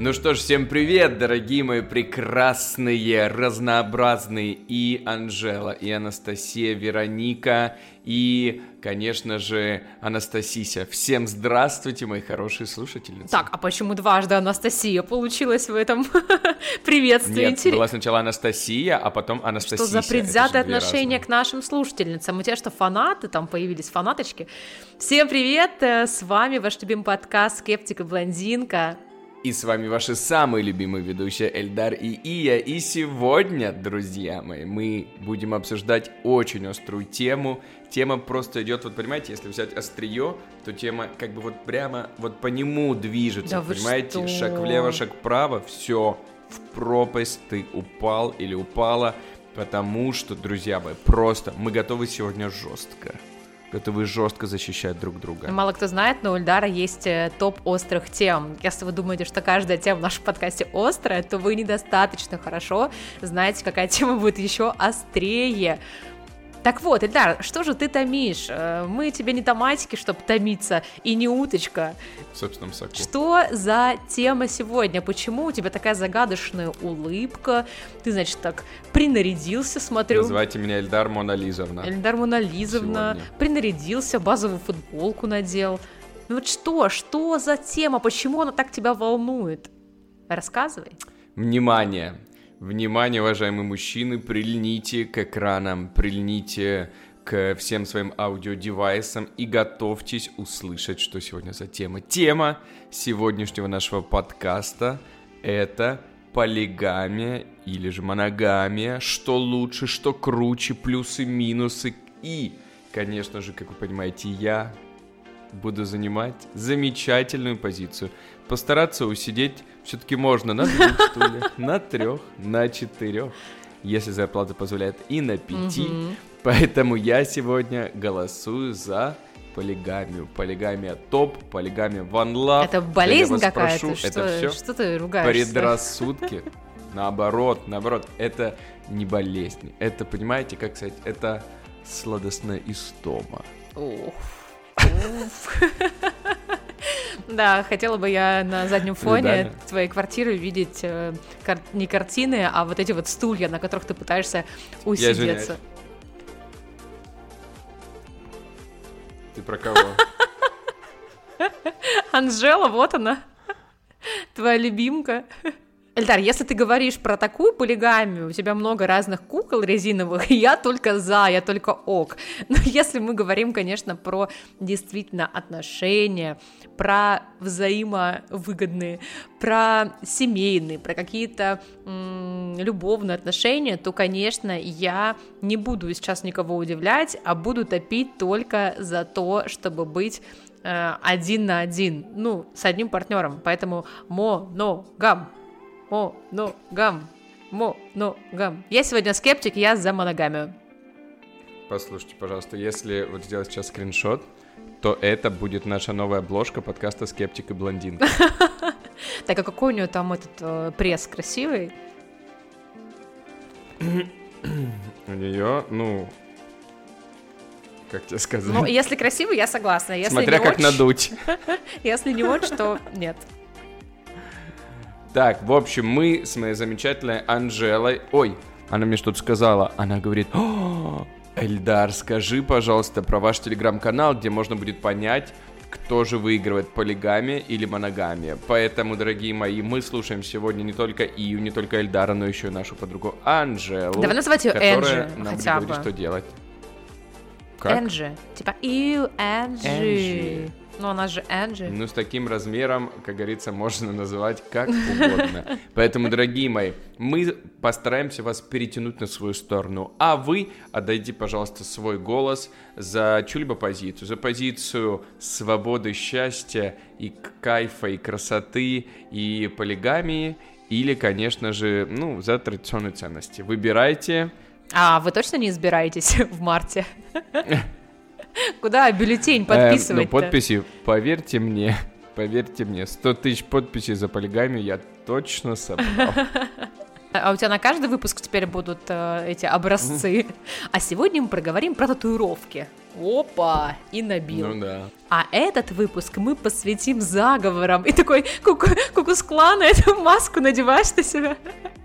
Ну что ж, всем привет, дорогие мои прекрасные, разнообразные и Анжела, и Анастасия, Вероника, и, конечно же, Анастасия. Всем здравствуйте, мои хорошие слушательницы. Так, а почему дважды Анастасия получилась в этом приветствии? Нет, была сначала Анастасия, а потом Анастасия. Что за предвзятое отношение к нашим слушательницам? У тебя что, фанаты там появились, фанаточки? Всем привет, с вами ваш любимый подкаст «Скептик и блондинка». И с вами ваши самые любимые ведущие Эльдар и Ия. И сегодня, друзья мои, мы будем обсуждать очень острую тему. Тема просто идет, вот понимаете, если взять острие, то тема как бы вот прямо вот по нему движется, да понимаете? Шаг влево, шаг вправо, все, в пропасть ты упал или упала, потому что, друзья мои, просто мы готовы сегодня жестко. Готовы жестко защищать друг друга. Мало кто знает, но у Эльдара есть топ острых тем. Если вы думаете, что каждая тема в нашем подкасте острая, то вы недостаточно хорошо знаете, какая тема будет еще острее. Так вот, Эльдар, что же ты томишь? Мы тебе не томатики, чтобы томиться, и не уточка. В собственном соку. Что за тема сегодня? Почему у тебя такая загадочная улыбка? Ты, значит, так принарядился, смотрю. Называйте меня Эльдар Монолизовна. Эльдар Монолизовна. Сегодня. Принарядился, базовую футболку надел. Ну вот что за тема? Почему она так тебя волнует? Рассказывай. Внимание! Внимание, уважаемые мужчины, прильните к экранам, прильните к всем своим аудиодевайсам и готовьтесь услышать, что сегодня за тема. Тема сегодняшнего нашего подкаста – это полигамия или же моногамия, что лучше, что круче, плюсы, минусы. И, конечно же, как вы понимаете, я буду занимать замечательную позицию. Постараться усидеть все-таки можно на 2 стульях, на 3, на 4, если зарплата позволяет, и на 5. Поэтому я сегодня голосую за полигамию. Полигамия топ, полигамия one love. Это болезнь какая-то? Прошу, это все что ты ругаешься? Предрассудки. Наоборот, это не болезнь. Это, понимаете, как сказать, это сладостная истома. Да, хотела бы я на заднем фоне твоей квартиры видеть не картины, а вот эти вот стулья, на которых ты пытаешься усидеться. Ты про кого? Анжела, вот она, твоя любимка. Эльдар, если ты говоришь про такую полигамию, у тебя много разных кукол резиновых, я только за, я только ок. Но если мы говорим, конечно, про действительно отношения, про взаимовыгодные, про семейные, про какие-то любовные отношения, то, конечно, я не буду сейчас никого удивлять, а буду топить только за то, чтобы быть один на один, с одним партнером. Поэтому моногам. Я сегодня скептик, я за моногамию. Послушайте, пожалуйста, если вот сделать сейчас скриншот, то это будет наша новая обложка подкаста «Скептик и блондинка». Так, а какой у нее там этот пресс красивый? У нее, как тебе сказать? Если красивый, я согласна. Если смотря как очень, надуть. Если не очень, то нет. Так, в общем, мы с моей замечательной Анжелой... Ой, она мне что-то сказала. Она говорит: Эльдар, скажи, пожалуйста, про ваш телеграм-канал, где можно будет понять, кто же выигрывает, полигамия или моногамия. Поэтому, дорогие мои, мы слушаем сегодня не только Ию, не только Эльдара, но еще и нашу подругу Анжелу. Давай называть ее Энджи, нам хотя будет бы. говорить, что делать. Как? Энджи. Типа Ию, Энджи. Она же Энджи. С таким размером, как говорится, можно называть как угодно. Поэтому, дорогие мои, мы постараемся вас перетянуть на свою сторону. А вы отдайте, пожалуйста, свой голос за чью-либо позицию. За позицию свободы, счастья и кайфа, и красоты, и полигамии. Или, конечно же, за традиционные ценности. Выбирайте. А вы точно не избираетесь в марте? Куда бюллетень подписывать-то? Подписи, поверьте мне, 100 тысяч подписей за полигамию я точно собрал. А у тебя на каждый выпуск теперь будут эти образцы. А сегодня мы проговорим про татуировки. Опа, и набил. Ну да. А этот выпуск мы посвятим заговорам. И такой Ку-Клукс-Клан, эту маску надеваешь на себя.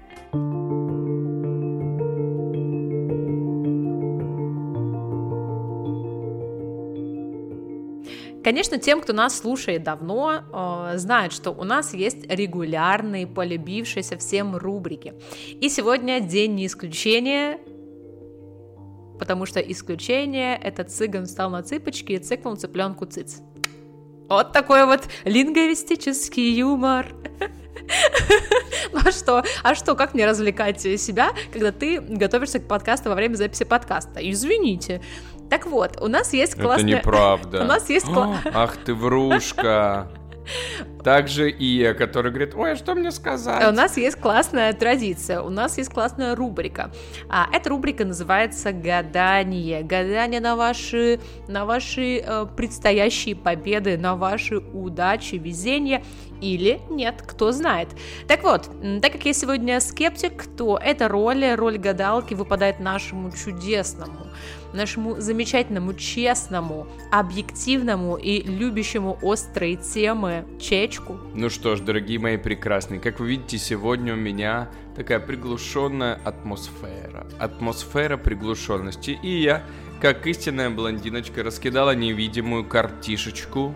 Конечно, тем, кто нас слушает давно, знают, что у нас есть регулярные, полюбившиеся всем рубрики. И сегодня день не исключение, потому что исключение — это цыган встал на цыпочки и цыкнул цыпленку цыц. Вот такой вот лингвистический юмор. Ну а что, как мне развлекать себя, когда ты готовишься к подкасту во время записи подкаста? Извините. Так вот, у нас есть классная... Это неправда. У нас есть... Ах ты врушка. Также Ия, который говорит: ой, а что мне сказать? У нас есть классная традиция, у нас есть классная рубрика. Эта рубрика называется «Гадание». Гадание на ваши предстоящие победы, на ваши удачи, везение или нет, кто знает. Так вот, так как я сегодня скептик, то эта роль гадалки выпадает нашему чудесному, нашему замечательному, честному, объективному и любящему острые темы Чечку. Ну что ж, дорогие мои прекрасные, как вы видите, сегодня у меня такая приглушенная атмосфера приглушенности, и я, как истинная блондиночка, раскидала невидимую картишечку,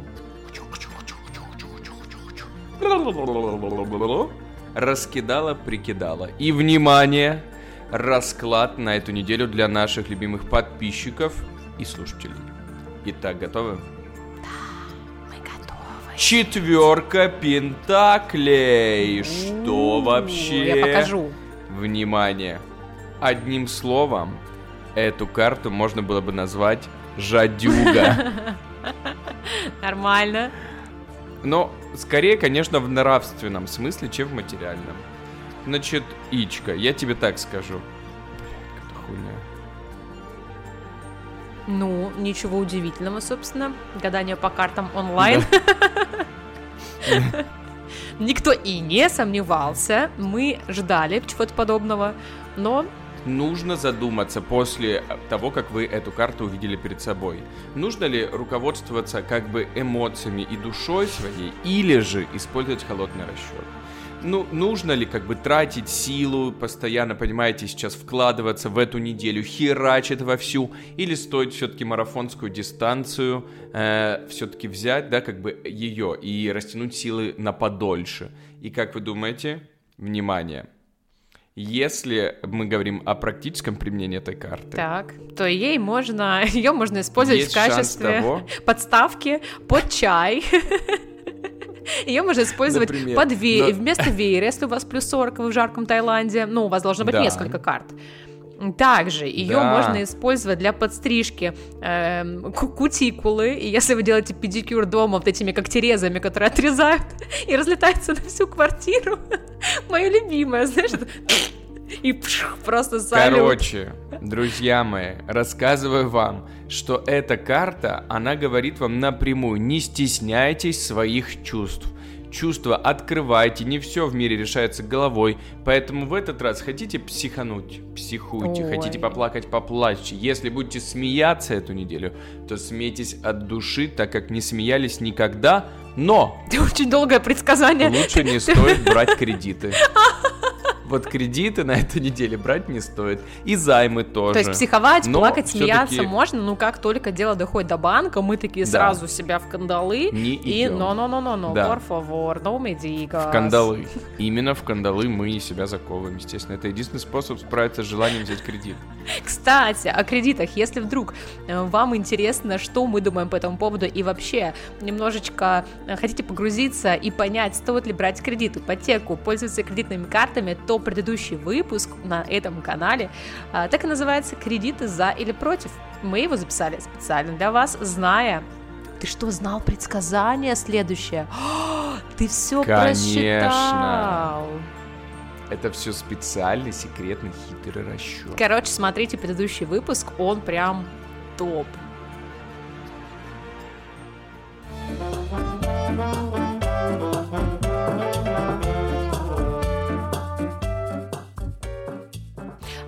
прикидала. И, внимание, расклад на эту неделю для наших любимых подписчиков и слушателей. Итак, готовы? Да, мы готовы. 4 пентаклей. Что вообще? Я покажу. Внимание. Одним словом, эту карту можно было бы назвать «Жадюга». Нормально. Но скорее, конечно, в нравственном смысле, чем в материальном. Значит, Ичка, я тебе так скажу. Какая-то хуйня. Ну, ничего удивительного, собственно. Гадание по картам онлайн. Никто и не сомневался. Мы ждали чего-то подобного, но... Нужно задуматься после того, как вы эту карту увидели перед собой. Нужно ли руководствоваться как бы эмоциями и душой своей, или же использовать холодный расчет? Ну, нужно ли как бы тратить силу, постоянно, понимаете, сейчас вкладываться в эту неделю, херачить вовсю, или стоит все-таки марафонскую дистанцию все-таки взять, да, как бы ее и растянуть силы на подольше? И как вы думаете? Внимание! Если мы говорим о практическом применении этой карты, так, то ее можно использовать в качестве подставки под чай. Ее можно использовать вместо веера, если у вас плюс 40, вы в жарком Таиланде. Ну, у вас должно быть несколько карт. Также ее можно использовать для подстрижки кутикулы. И если вы делаете педикюр дома вот этими когтерезами, которые отрезают и разлетаются на всю квартиру. Моя любимая, знаешь, и просто салют. Короче, друзья мои, рассказываю вам, что эта карта, она говорит вам напрямую: не стесняйтесь своих чувств. Чувства открывайте, не все в мире решается головой, поэтому в этот раз хотите психануть, психуйте, хотите поплакать, поплачьте. Если будете смеяться эту неделю, то смейтесь от души, так как не смеялись никогда, но... Это очень долгое предсказание. Лучше не стоит брать кредиты. Вот кредиты на этой неделе брать не стоит. И займы тоже. То есть психовать, плакать, смеяться можно, но как только дело доходит до банка, мы такие сразу себя в кандалы. Не и идем. No, por favor, no me digas. В кандалы. Именно в кандалы мы себя заковываем, естественно. Это единственный способ справиться с желанием взять кредит. Кстати, о кредитах. Если вдруг вам интересно, что мы думаем по этому поводу, и вообще немножечко хотите погрузиться и понять, стоит ли брать кредит, ипотеку, пользоваться кредитными картами, то предыдущий выпуск на этом канале так и называется «Кредиты за или против». Мы его записали специально для вас, зная... Ты что, знал предсказание следующее? Ты все просчитал. Это все специальный, секретный, хитрый расчет. Короче, смотрите предыдущий выпуск, он прям топ.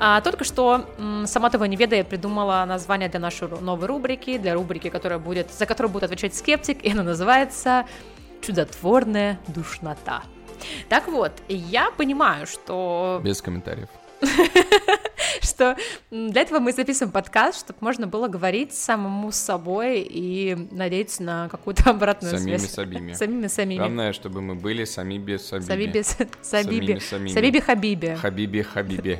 Только что, сама того не ведая, придумала название для нашей новой рубрики, для рубрики, за которую будет отвечать скептик, и она называется «Чудотворная душнота». Так вот, я понимаю, что... Без комментариев. Что для этого мы записываем подкаст, чтобы можно было говорить самому с собой и надеяться на какую-то обратную связь. Самими. Главное, чтобы мы были сами Сабиби. Сабиби Хабиби. Хабиби.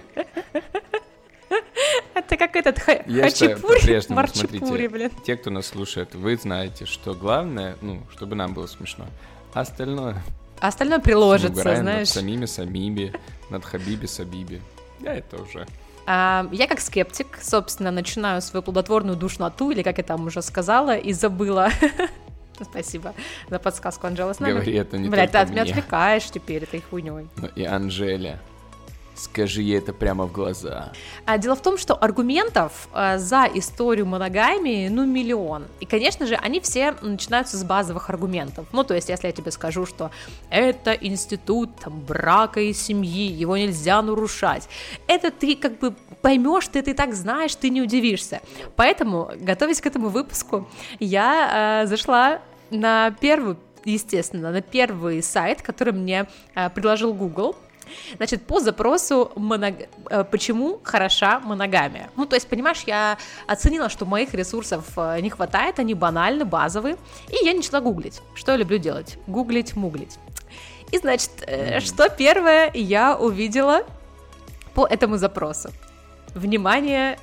Это как этот хачапури, марчапури, блин. Те, кто нас слушает, вы знаете, что главное, чтобы нам было смешно. Остальное приложится, Мы знаешь. угораем над самими, над Хабиби-Сабиби. Да, это уже... Я как скептик, собственно, начинаю свою плодотворную душноту, или как я там уже сказала, и забыла. Спасибо за подсказку, Анжела с нами. Говори, это не Блядь, только ты меня мне. отвлекаешь теперь этой хуйней. Ну и Анжеля, скажи ей это прямо в глаза. Дело в том, что аргументов за историю моногамии, миллион. И, конечно же, они все начинаются с базовых аргументов. То есть, если я тебе скажу, что это институт брака и семьи, его нельзя нарушать, это ты как бы поймешь, ты это и так знаешь, ты не удивишься. Поэтому, готовясь к этому выпуску, я зашла на первый сайт, который мне предложил Google. Значит, по запросу «Почему хороша моногамия?». То есть, понимаешь, я оценила, что моих ресурсов не хватает, они банальны, базовые, и я начала гуглить. Что я люблю делать? Гуглить, муглить. И, значит, что первое я увидела по этому запросу? Внимание.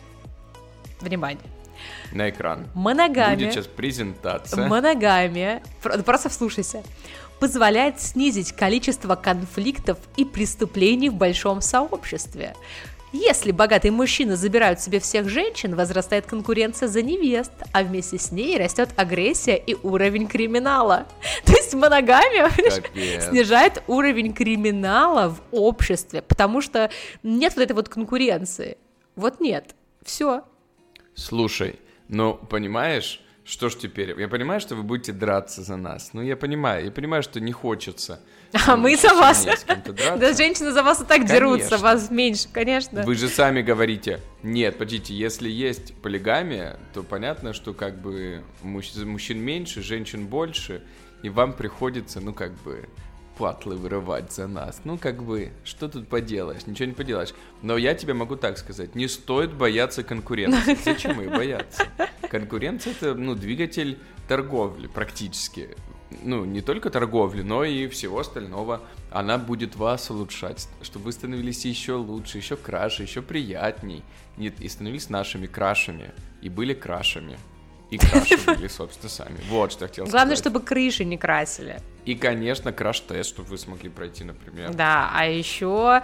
На экран. Моногамия. Будет сейчас презентация. Моногамия. Просто вслушайся. Позволяет снизить количество конфликтов и преступлений в большом сообществе. Если богатые мужчины забирают себе всех женщин, возрастает конкуренция за невест, а вместе с ней растет агрессия и уровень криминала. То есть моногамия снижает уровень криминала в обществе, потому что нет вот этой вот конкуренции. Вот нет. Все. Слушай, понимаешь... Что ж теперь? Я понимаю, что вы будете драться за нас. Я понимаю, что не хочется. А мы за вас. Да, женщины за вас и так дерутся, вас меньше, конечно. Вы же сами говорите, нет, подождите, если есть полигамия, то понятно, что как бы мужчин меньше, женщин больше, и вам приходится, патлы вырывать за нас. Что тут поделаешь? Ничего не поделаешь. Но я тебе могу так сказать, не стоит бояться конкуренции. Зачем ее бояться? Конкуренция — это, двигатель торговли практически. Не только торговли, но и всего остального. Она будет вас улучшать, чтобы вы становились еще лучше, еще краше, еще приятней. И становились нашими крашами. И были крашами. И краши были, собственно, сами. Вот что я хотел сказать. Главное, чтобы крыши не красили. И, конечно, краш-тест, чтобы вы смогли пройти, например. Да, а еще...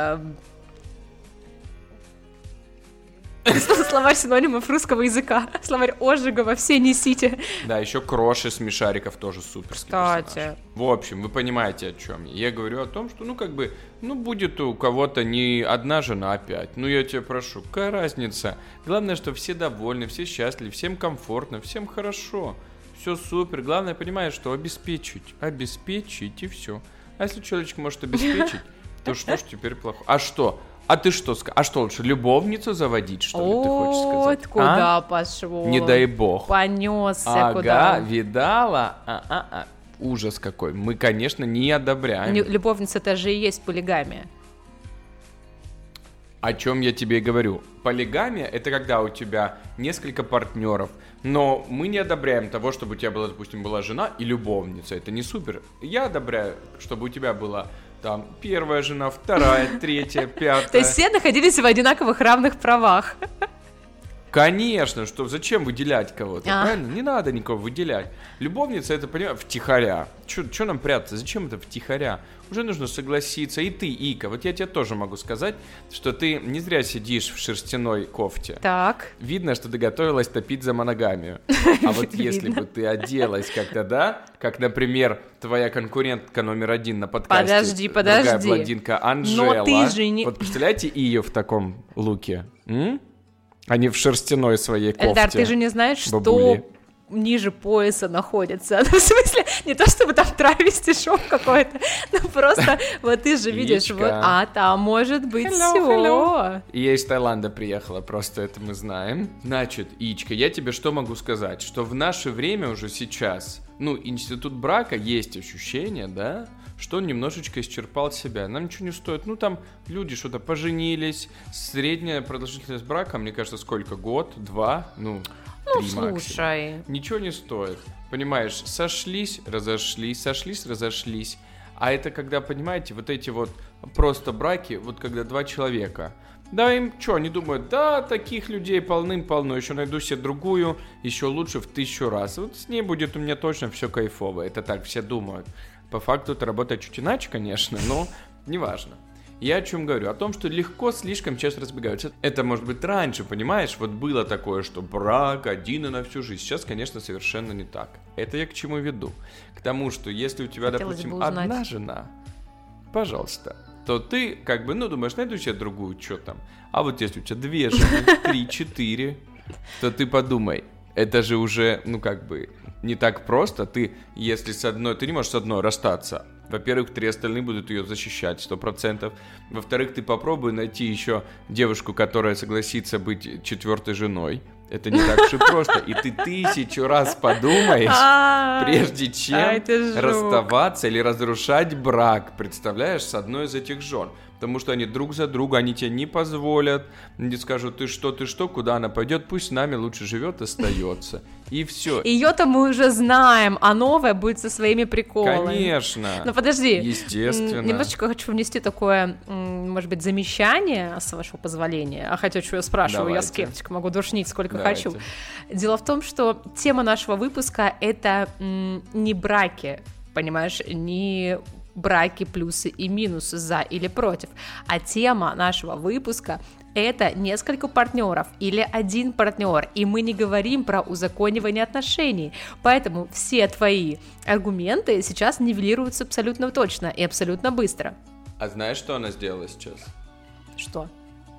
Словарь синонимов русского языка. Словарь Ожегова, все несите. Да, еще Кроши смешариков тоже суперский персонаж. В общем, вы понимаете, о чем я. Я говорю о том, что, будет у кого-то не одна жена опять. Я тебя прошу, какая разница? Главное, что все довольны, все счастливы, всем комфортно, всем хорошо. Все супер. Главное, понимаешь, что обеспечить и все. А если человечек может обеспечить, то что ж теперь плохо? А что? А ты что скажешь? А что лучше, любовницу заводить, что ли, ты хочешь сказать? Вот куда пошел. Не дай бог. Понесся куда. Ага, видала? Ужас какой. Мы, конечно, не одобряем. Любовница — это же и есть полигамия. О чем я тебе и говорю. Полигамия — это когда у тебя несколько партнеров, но мы не одобряем того, чтобы у тебя была, допустим, была жена и любовница. Это не супер. Я одобряю, чтобы у тебя была там первая жена, вторая, третья, пятая. То есть все находились в одинаковых равных правах. Конечно, что зачем выделять кого-то, правильно? Не надо никого выделять. Любовница — это, понимаешь, втихаря. Чё нам прятаться? Зачем это втихаря? Уже нужно согласиться. И ты, Ика, вот я тебе тоже могу сказать, что ты не зря сидишь в шерстяной кофте. Так. Видно, что ты готовилась топить за моногамию. А вот если бы ты оделась как-то, да, как, например, твоя конкурентка номер 1 на подкасте, Подожди. другая блондинка Анжела. Но ты же не... Вот представляете ее в таком луке? А не в шерстяной своей кофте. Эльдар, ты же не знаешь, бабули. что ниже пояса находится. Ну, в смысле, не то чтобы там травести-шоу какой-то, но просто вот ты же видишь, вот, а там может быть все. Я из Таиланда приехала, просто это мы знаем. Значит, Ичка, я тебе что могу сказать? Что в наше время уже сейчас, институт брака, есть ощущение, да, что он немножечко исчерпал себя. Нам ничего не стоит. Там люди что-то поженились. Средняя продолжительность брака, мне кажется, сколько? Год? 2? 3 максимум. Слушай. Ничего не стоит. Понимаешь, сошлись, разошлись. А это когда, понимаете, вот эти вот просто браки, вот когда 2 человека. Да, им что, они думают, да, таких людей полным-полно, еще найду себе другую, еще лучше в 1000 раз. Вот с ней будет у меня точно все кайфово. Это так все думают. По факту это работает чуть иначе, конечно, но неважно. Я о чем говорю? О том, что легко слишком часто разбегаются. Это может быть раньше, понимаешь? Вот было такое, что брак один и на всю жизнь. Сейчас, конечно, совершенно не так. Это я к чему веду? К тому, что если у тебя, допустим, одна жена, пожалуйста, то ты думаешь, найду себе другую, что там. А вот если у тебя 2 жены, 3, 4, то ты подумай, это же уже, не так просто. Ты, если ты не можешь с одной расстаться. Во-первых, 3 остальные будут ее защищать 100%. Во-вторых, ты попробуй найти еще девушку, которая согласится быть 4-й женой. Это не так уж и просто. И ты 1000 раз подумаешь, прежде чем расставаться или разрушать брак, представляешь, с одной из этих жен. Потому что они друг за друга, они тебе не позволят. Они скажут, ты что, куда она пойдет, пусть с нами лучше живет, остается. И все. Ее-то мы уже знаем, а новая будет со своими приколами. Конечно. Но подожди. Естественно. Немножечко хочу внести такое, может быть, замечание, с вашего позволения. А хотя, что я спрашиваю, Давайте. Я скептик, могу душнить сколько Давайте. хочу. Дело в том, что тема нашего выпуска — это не браки, понимаешь, не браки, плюсы и минусы, за или против. А тема нашего выпуска — это несколько партнеров или один партнер, и мы не говорим про узаконивание отношений. Поэтому все твои аргументы сейчас нивелируются абсолютно точно и абсолютно быстро. А знаешь, что она сделала сейчас? Что?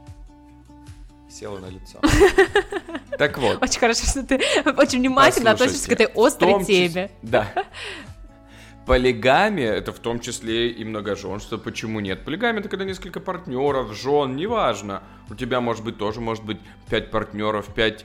Села на лицо. Так вот. Очень хорошо, что ты очень внимательно относишься к этой острой теме. Да. Полигамия — это в том числе и многоженство. Почему нет? Полигамия — это когда несколько партнеров, жен, неважно. У тебя может быть 5 партнеров, 5,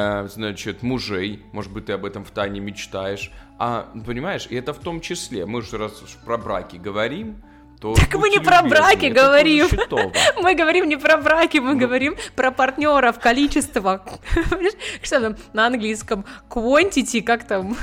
мужей. Может быть, ты об этом втайне мечтаешь. Понимаешь, и это в том числе. Мы же раз про браки говорим, то... Так мы не про браки говорим. Мы говорим не про браки, мы говорим про партнеров, количество. Что там на английском? Quantity, как там...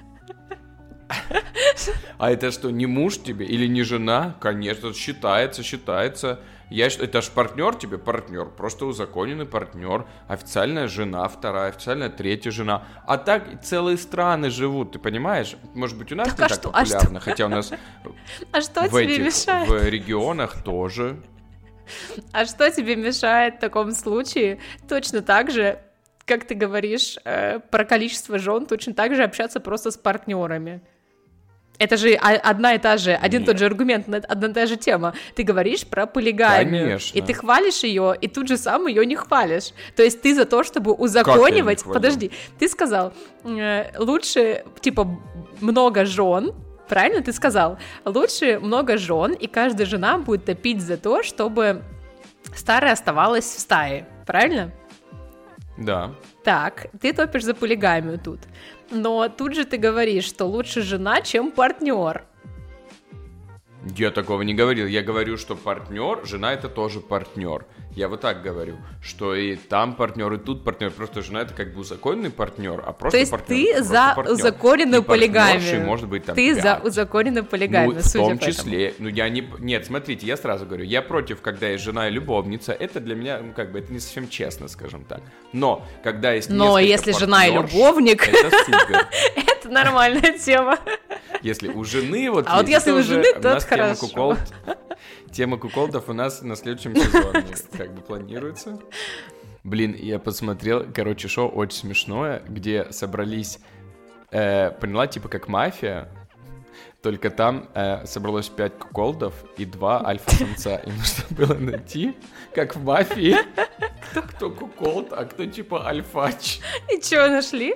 А это что, не муж тебе или не жена? Конечно, считается. Это ж партнер тебе, партнер, просто узаконенный партнер, официальная жена, 2-я, официальная 3-я жена. А так целые страны живут, ты понимаешь? Может быть, у нас не так популярно, хотя у нас в регионах тоже. А что тебе мешает в таком случае точно так же, как ты говоришь про количество жен, точно так же общаться просто с партнерами? Это же одна и та же, один и тот же аргумент, одна и та же тема. Ты говоришь про полигамию, конечно. И ты хвалишь ее, и тут же сам ее не хвалишь. То есть ты за то, чтобы узаконивать... Подожди, ты сказал, лучше, много жен, правильно ты сказал? Лучше много жен, и каждая жена будет топить за то, чтобы старая оставалась в стае, правильно? Да. Так, ты топишь за полигамию тут. Но тут же ты говоришь, что лучше жена, чем партнер. Я такого не говорил. Я говорю, что партнер, жена — это тоже партнер. Я вот так говорю, что и там партнер, и тут партнер. Просто жена — это как бы узаконенный партнер, а просто партнер. То есть ты за узаконенную полигамию. Может быть, там, ты 5. за узаконенную полигамию, в том числе. Я не... Нет, смотрите, я сразу говорю, я против, когда есть жена и любовница. Это для меня, это не совсем честно, скажем так. Но когда есть Но если жена и любовник, это супер. Это нормальная тема. Если у жены если у жены, то это хорошо. Тема куколдов у нас на следующем сезоне планируется. Блин, я посмотрел, шоу очень смешное, где собрались, поняла, как мафия, только там собралось 5 куколдов и 2 альфа-самца. И нужно было найти, как в мафии, кто куколд, а кто альфач. И чего нашли?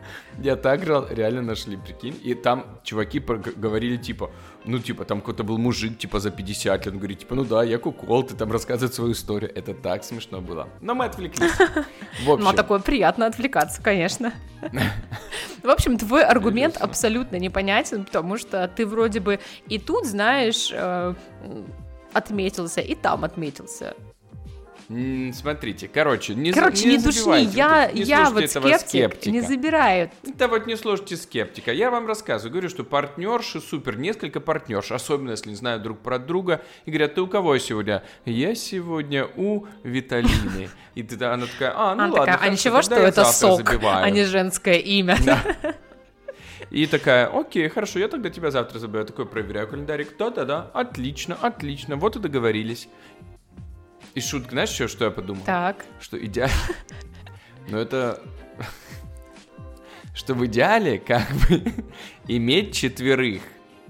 Я так реально нашли, прикинь. И там чуваки говорили, типа, там какой-то был мужик, типа, за 50 лет. Он говорит, типа, ну да, я кукол, ты там рассказывает свою историю. Это так смешно было. Но мы отвлеклись. В общем... Ну, такое приятно отвлекаться, конечно. В общем, твой аргумент абсолютно непонятен, потому что ты вроде бы и тут, знаешь, отметился, и там отметился. Смотрите, короче, не душни, я вот скептик, не забираю. Да вот не слушайте скептика, я вам рассказываю, говорю, что партнерши супер, несколько партнерш, особенно если не знают друг про друга, и говорят, ты у кого сегодня? Я сегодня у Виталины. И она такая, ну ладно, а ничего, что это сок, а не женское имя. И такая, окей, хорошо, я тогда тебя завтра заберу. Я такой проверяю календарик, да, отлично, вот и договорились. И шутка, знаешь, что я подумал? Так. Что идеально... Ну, это... Что в идеале, как бы, иметь 4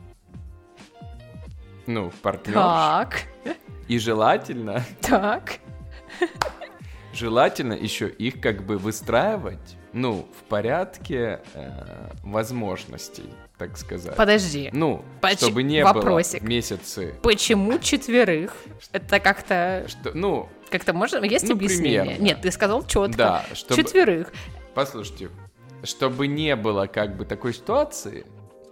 партнерш. Так. И желательно... Так. Желательно еще их, как бы, выстраивать, в порядке возможностей, так сказать. Подожди. Чтобы не вопросик. Было месяцы. Почему 4? Это как-то... Как-то можно... Есть объяснение? Примерно. Нет, ты сказал четко. Да, 4. Послушайте, чтобы не было, как бы, такой ситуации,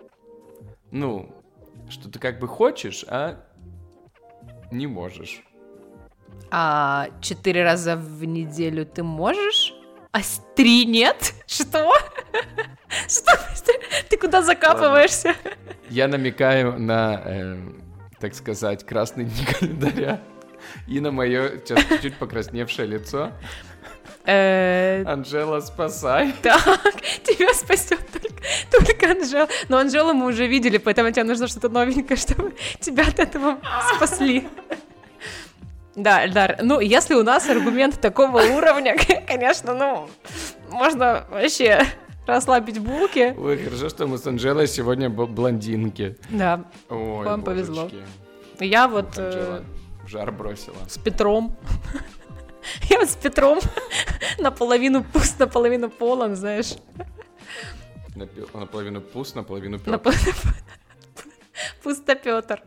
что ты, как бы, хочешь, а не можешь. А 4 раза в неделю ты можешь? А 3 нет? Что? Что? Ты куда закапываешься? Я намекаю на, так сказать, красный дни календаря и на мое сейчас чуть-чуть покрасневшее лицо. Анжела, спасай. Так, тебя спасет только Анжела. Но Анжелу мы уже видели, поэтому тебе нужно что-то новенькое, чтобы тебя от этого спасли. Да, Эльдар, если у нас аргумент такого уровня, конечно, можно вообще расслабить булки. Ой, хорошо, что мы с Анжелой сегодня блондинки. Да, ой, вам божечки. Повезло. Я вот... Анжела в жар бросила. С Петром. Я вот с Петром наполовину пуст, наполовину полон, знаешь. Наполовину пуст, наполовину Петр. Пусто Петр.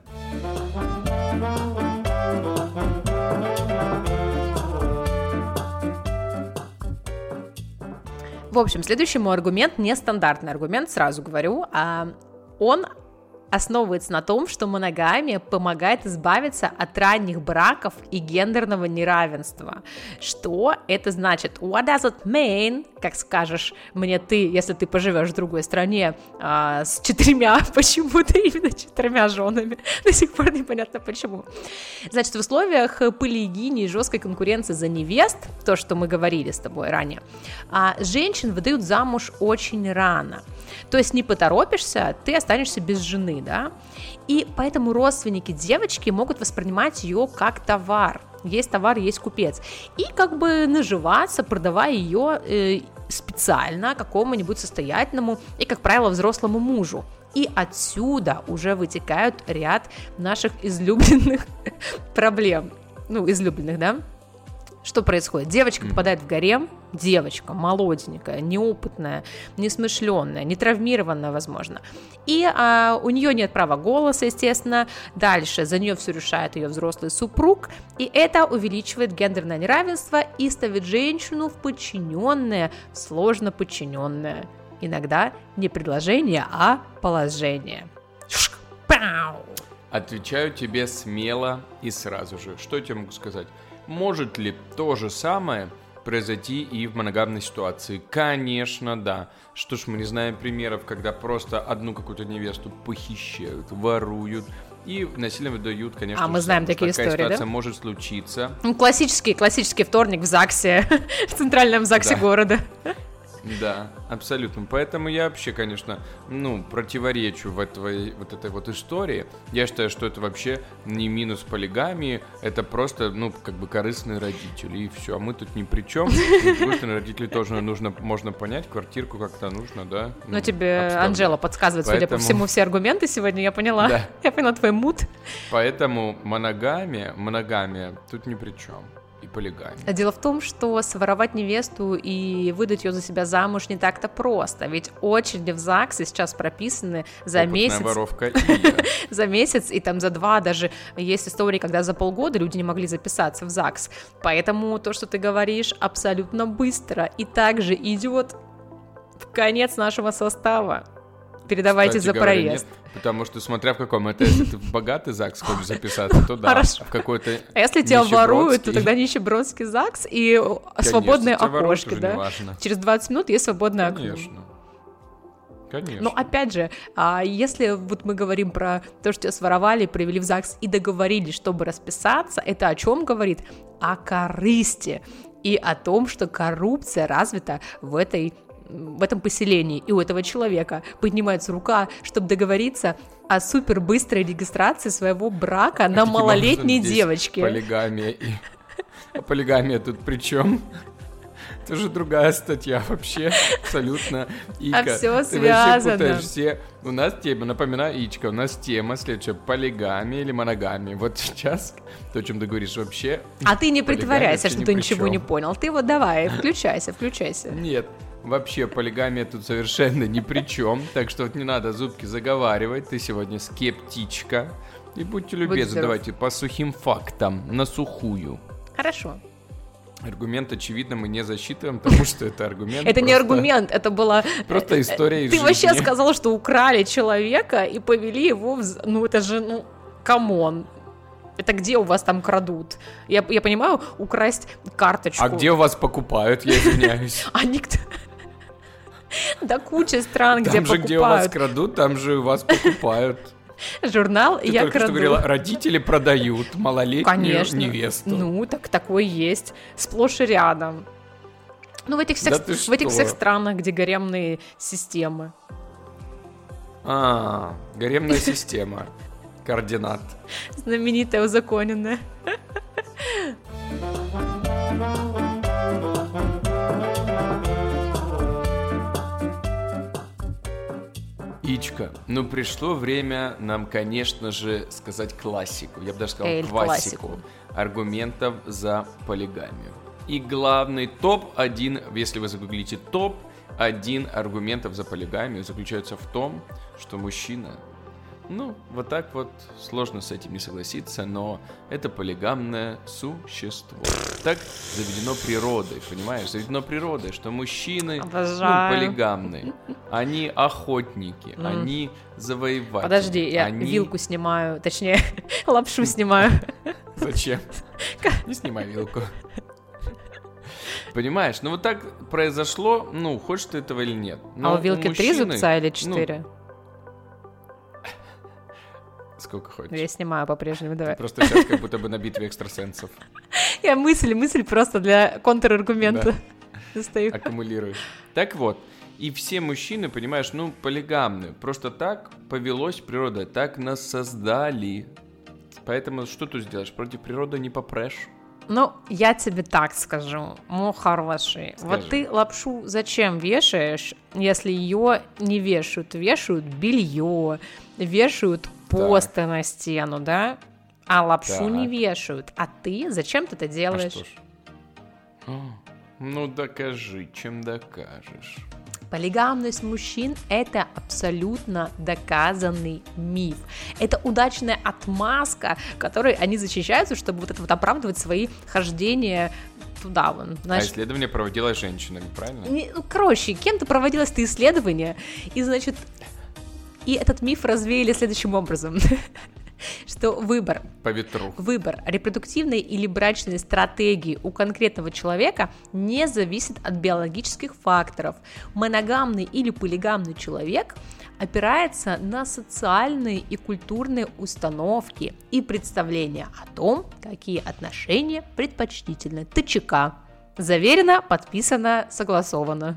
В общем, следующий мой аргумент, нестандартный аргумент, сразу говорю, он основывается на том, что моногамия помогает избавиться от ранних браков и гендерного неравенства. Что это значит? What does it mean? Как скажешь мне ты, если ты поживешь в другой стране с 4, почему-то именно 4 женами. До сих пор непонятно почему. Значит, в условиях полигинии и жесткой конкуренции за невест, то, что мы говорили с тобой ранее, женщин выдают замуж очень рано. То есть не поторопишься, ты останешься без жены, да? И поэтому родственники девочки могут воспринимать ее как товар. Есть товар, есть купец. И как бы наживаться, продавая ее специально какому-нибудь состоятельному и, как правило, взрослому мужу. И отсюда уже вытекают ряд наших излюбленных проблем. Излюбленных, да? Что происходит? Девочка попадает в гарем, девочка молоденькая, неопытная, несмышленная, нетравмированная, возможно. И у нее нет права голоса, естественно. Дальше за нее все решает ее взрослый супруг. И это увеличивает гендерное неравенство и ставит женщину в подчиненное, сложно подчиненное. Иногда не предложение, а положение. Отвечаю тебе смело и сразу же. Что я тебе могу сказать? Может ли то же самое произойти и в моногамной ситуации? Конечно, да. Что ж, мы не знаем примеров, когда просто одну какую-то невесту похищают, воруют и насильно выдают, конечно. Мы знаем такие истории, да? Такая ситуация может случиться. Классический вторник в ЗАГСе, в центральном ЗАГСе города. Да, абсолютно. Поэтому я вообще, конечно, противоречу в этой вот истории. Я считаю, что это вообще не минус полигамии, это просто, как бы корыстные родители, и все. А мы тут ни при чем. С другой стороны, родителей тоже можно понять, квартирку как-то нужно, да. Тебе обставлять. Анжела подсказывает, судя по всему, все аргументы сегодня, я поняла. Да. Я поняла твой мут. Поэтому моногамия тут ни при чем. и полигамия. Дело в том, что своровать невесту и выдать ее за себя замуж не так-то просто, ведь очереди в ЗАГСе сейчас прописаны за Опытная месяц. воровка Ия. За месяц и там за 2, даже есть истории, когда за полгода люди не могли записаться в ЗАГС. Поэтому то, что ты говоришь, абсолютно быстро и также идет в конец нашего состава. Передавайте Кстати за говоря, проезд. нет, потому что, смотря в каком это, если ты в богатый ЗАГС хочешь записаться, то да. Хорошо. А в какой-то А если тебя воруют, то нищебродский, тогда нищебродский ЗАГС и конечно, свободное тебя воруют, окошко, уже да? неважно. Через 20 минут есть свободное окно. Конечно. Но опять же, если вот мы говорим про то, что тебя своровали, привели в ЗАГС и договорились, чтобы расписаться, это о чем говорит? О корысти и о том, что коррупция развита в этом поселении, и у этого человека поднимается рука, чтобы договориться о супербыстрой регистрации своего брака на Таким малолетней образом, здесь девочке. Полигамия. А полигамия тут при чем? Это же другая статья вообще, абсолютно. Ика, А всё ты связано. вообще путаешь все. У нас тема, напоминаю, Ичка, у нас тема следующая, полигамия или моногамия. Вот сейчас то, о чем ты говоришь, вообще... А ты не полигамия притворяйся, вообще что ни ты при ничего чём. не понял. Ты вот давай, включайся. Нет, вообще полигамия тут совершенно ни при чем. Так что вот не надо зубки заговаривать. Ты сегодня скептичка. И будьте любезны, здоров. давайте по сухим фактам, на сухую. Хорошо. Аргумент, очевидно, мы не засчитываем, потому что это аргумент. Это не просто- аргумент, это была... Просто история из Ты жизни. вообще сказал, что украли человека и повели его в... Ну, это же, камон. Это где у вас там крадут? Я понимаю, украсть карточку. А где у вас покупают, я извиняюсь? А никто... Да куча стран, где Там же, где у вас покупают. крадут, там же у вас покупают. Журнал Ты «Я только что краду». говорила, родители продают малолетнюю Конечно. невесту. Ну, так такое есть. Сплошь и рядом. Ну, в этих всех, Да ты в этих что? всех странах, где гаремные системы. Гаремная система. Координат. Знаменитая, узаконенная. Ичка, ну пришло время нам, конечно же, сказать классику. Я бы даже сказал классику классику. аргументов за полигамию. И главный топ-1, если вы загуглите топ-1 аргументов за полигамию, заключается в том, что мужчина, вот так вот сложно с этим не согласиться, но это полигамное существо. Так заведено природой, понимаешь? Заведено природой, что мужчины, Обожаю. полигамные. Они охотники, они завоеватели. Подожди, я они... вилку снимаю, точнее, лапшу снимаю. Зачем? Не снимай вилку. Понимаешь, вот так произошло, хочешь ты этого или нет. А Но у вилки 3 мужчины, зубца или 4? Сколько хочешь. Я снимаю по-прежнему, давай. Просто сейчас как будто бы на битве экстрасенсов Я мысль просто для контраргумента достаю. аккумулируешь. Так вот, и все мужчины, понимаешь, полигамны. Просто так повелось природой, так нас создали. Поэтому что тут сделаешь? Против природы не попрешь. Я тебе так скажу, мой хороший. Скажи. Вот ты лапшу зачем вешаешь, если ее не вешают? Вешают белье, вешают посты на стену, да? А лапшу Так. не вешают. А ты зачем ты это А делаешь? что ж? Докажи, чем докажешь. Полигамность мужчин – это абсолютно доказанный миф. Это удачная отмазка, которой они защищаются, чтобы вот это вот оправдывать свои хождения туда вон. А исследование проводила женщина, правильно? Короче, кем-то проводилось это исследование, и, значит, и этот миф развеяли следующим образом. Что выбор По ветру. репродуктивной или брачной стратегии у конкретного человека не зависит от биологических факторов. Моногамный или полигамный человек опирается на социальные и культурные установки и представления о том, какие отношения предпочтительны. ТЧК. Заверено, подписано, согласовано.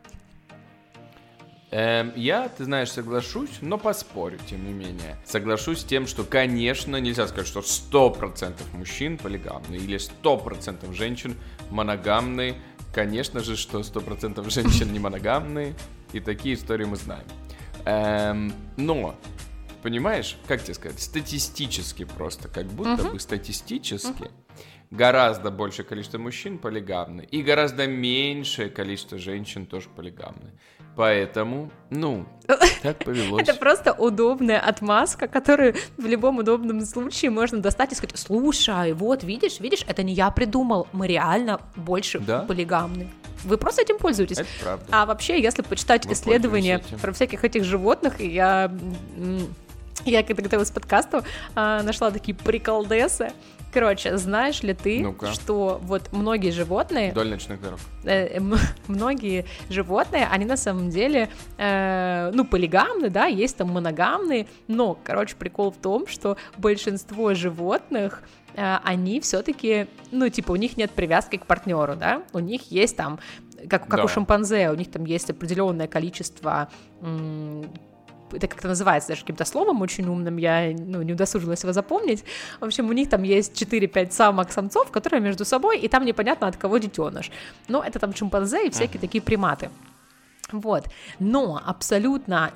Я, ты знаешь, соглашусь, но поспорю, тем не менее. Соглашусь с тем, что, конечно, нельзя сказать, что 100% мужчин полигамны или 100% женщин моногамны. Конечно же, что 100% женщин не моногамны, и такие истории мы знаем. Но, понимаешь, как тебе сказать, статистически просто, как будто бы статистически, гораздо большее количество мужчин полигамны, и гораздо меньшее количество женщин тоже полигамны. Поэтому, так повелось. Это просто удобная отмазка, которую в любом удобном случае можно достать и сказать: слушай, вот видишь, это не я придумал, мы реально больше полигамны. Вы просто этим пользуетесь. Это правда. А вообще, если почитать исследования про всяких этих животных, я когда готовилась к подкасту, нашла такие приколдесы. Короче, знаешь ли ты, что вот многие животные... Вдоль ночных дорог. Многие животные, они на самом деле, полигамны, да, есть там моногамные, но, прикол в том, что большинство животных, они все-таки, у них нет привязки к партнеру, да, у них есть там, как у шимпанзе, у них там есть определенное количество... Это как-то называется даже каким-то словом очень умным, я не удосужилась его запомнить. В общем, у них там есть 4-5 самок-самцов, которые между собой, и там непонятно, от кого детеныш. Но это там шимпанзе и всякие такие приматы. Вот. Но абсолютно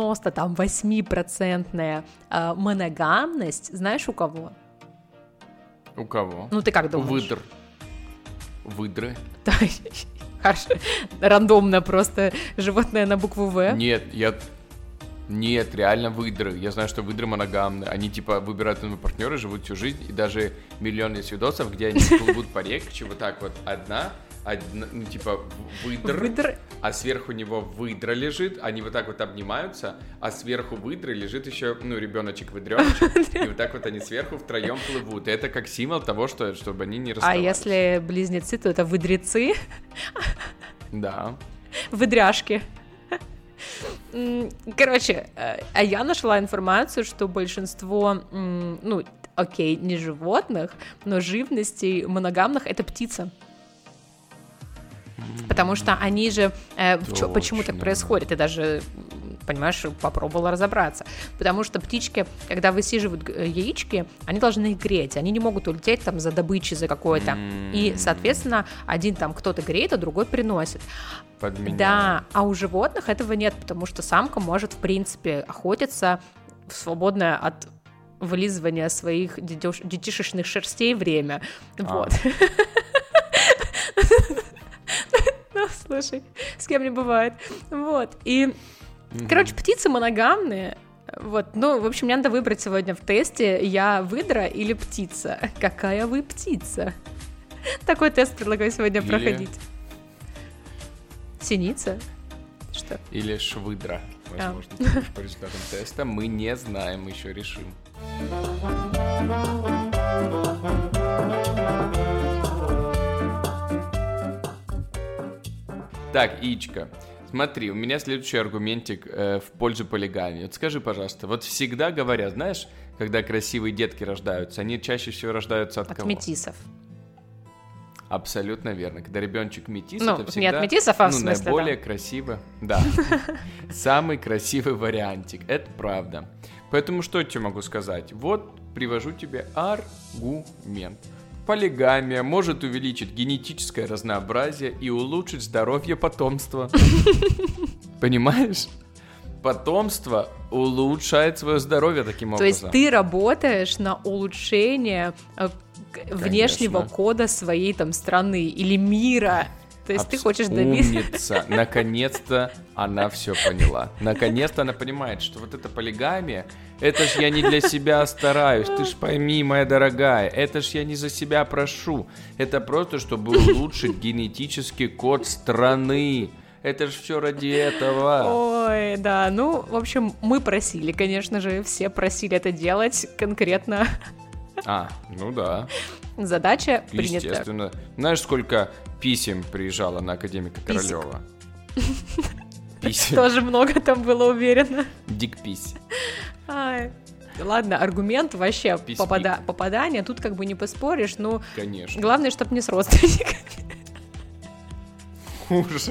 98% моногамность, знаешь, у кого? У кого? Ты как думаешь? Выдры. Хорошо. Рандомно просто животное на букву В. Нет, реально выдры. Я знаю, что выдры моногамны. Они, выбирают своего партнера, живут всю жизнь. И даже миллионы есть видосов, где они плывут по речке, вот так вот. Одна, выдр, а сверху него выдра лежит. Они вот так вот обнимаются, а сверху выдры лежит еще, ребеночек-выдреночек. И вот так вот они сверху втроем плывут. И это как символ того, чтобы они не расставались. А если близнецы, то это выдрецы? Да. Выдряшки. Короче, а я нашла информацию, что большинство, не животных, но живностей моногамных — это птица. Потому что они же... Почему так происходит? Ты даже, понимаешь, попробовала разобраться. Потому что птички, когда высиживают яички, они должны их греть. Они не могут улететь там за добычей, за какой-то. И, соответственно, один там кто-то греет, а другой приносит. Подменяю. Да, а у животных этого нет, потому что самка может, в принципе, охотиться в свободное от вылизывания своих детишечных шерстей время. Вот. Слушай, с кем не бывает. Вот, и, птицы моногамные. Вот, в общем, мне надо выбрать сегодня в тесте: я выдра или птица. Какая вы птица? Такой тест предлагаю сегодня проходить. Синица? Что? Или швыдра, возможно, по результатам теста. Мы не знаем, еще решим. Так, Ичка, смотри, у меня следующий аргументик в пользу полигамии. Вот скажи, пожалуйста, вот всегда говорят, знаешь, когда красивые детки рождаются, они чаще всего рождаются от кого? От метисов. Абсолютно верно. Когда ребеночек метис, это всегда не от метисов, а в смысле, наиболее красиво. Да. Самый красивый вариантик. Это правда. Поэтому что я тебе могу сказать? Вот привожу тебе аргумент. Полигамия может увеличить генетическое разнообразие и улучшить здоровье потомства. Понимаешь? Потомство улучшает свое здоровье таким образом. То есть ты работаешь на улучшение внешнего кода своей там страны или мира. То есть ты хочешь добиться... Умница. Наконец-то она все поняла. Наконец-то она понимает, что вот эта полигамия, это ж я не для себя стараюсь. Ты ж пойми, моя дорогая, это ж я не за себя прошу. Это просто, чтобы улучшить генетический код страны. Это же все ради этого. Ой, да, в общем, мы просили, конечно же, все просили это делать конкретно. Да. Задача принята. Естественно. Знаешь, сколько писем приезжало на академика Королева? Писем. Тоже много там было, уверена. Дикпись. Ладно, аргумент вообще попадание, тут как бы не поспоришь, Конечно. Главное, чтобы не с родственниками. Ужас.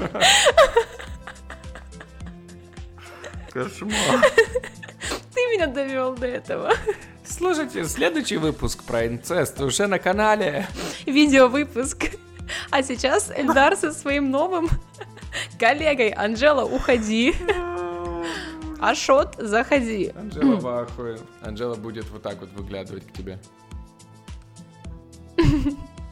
Кошмар. Ты меня довел до этого. Слушайте, следующий выпуск про инцест уже на канале. Видеовыпуск. А сейчас Эльдар со своим новым коллегой. Анжела, уходи. Ашот, заходи. Анжела в ахуе. Анжела будет вот так вот выглядывать к тебе.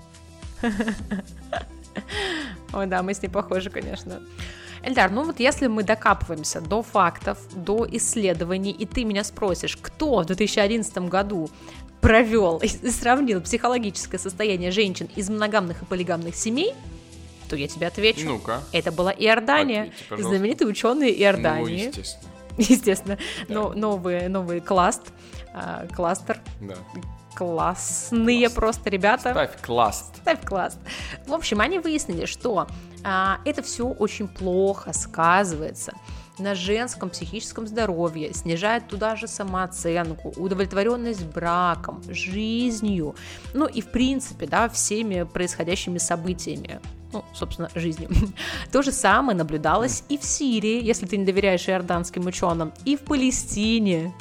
Ой, да, мы с ней похожи, конечно. Эльдар, ну вот если мы докапываемся до фактов, до исследований, и ты меня спросишь, кто в 2011 году провел и сравнил психологическое состояние женщин из моногамных и полигамных семей, то я тебе отвечу. Ну-ка. Это была Иордания. Ответьте, знаменитые ученые Иордании. Ну, естественно. Естественно. Да. Но новый кластер. Да. Классные просто ребята. Ставь класс. Ставь класс. В общем, они выяснили, что это все очень плохо сказывается на женском психическом здоровье, снижает туда же самооценку, удовлетворенность браком, жизнью, ну и в принципе, да, всеми происходящими событиями. Ну, собственно, жизнью. То же самое наблюдалось и в Сирии, если ты не доверяешь иорданским ученым, и в Палестине.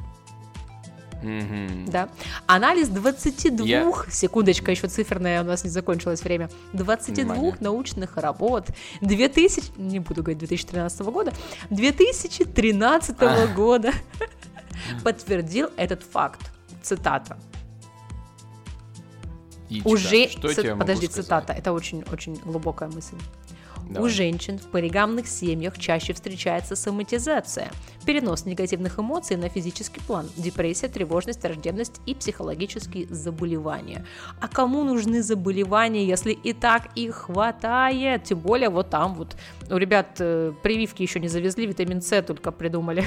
Да. Анализ 22, секундочка, еще циферная, у нас не закончилось время, 22 научных работ 2013 года 2013 года подтвердил этот факт. Цитата. Подожди, цитата, это очень глубокая мысль. Давай. У женщин в полигамных семьях чаще встречается соматизация, перенос негативных эмоций на физический план, депрессия, тревожность, враждебность и психологические заболевания. А кому нужны заболевания, если и так их хватает? Тем более вот там вот у ребят прививки еще не завезли, витамин С только придумали.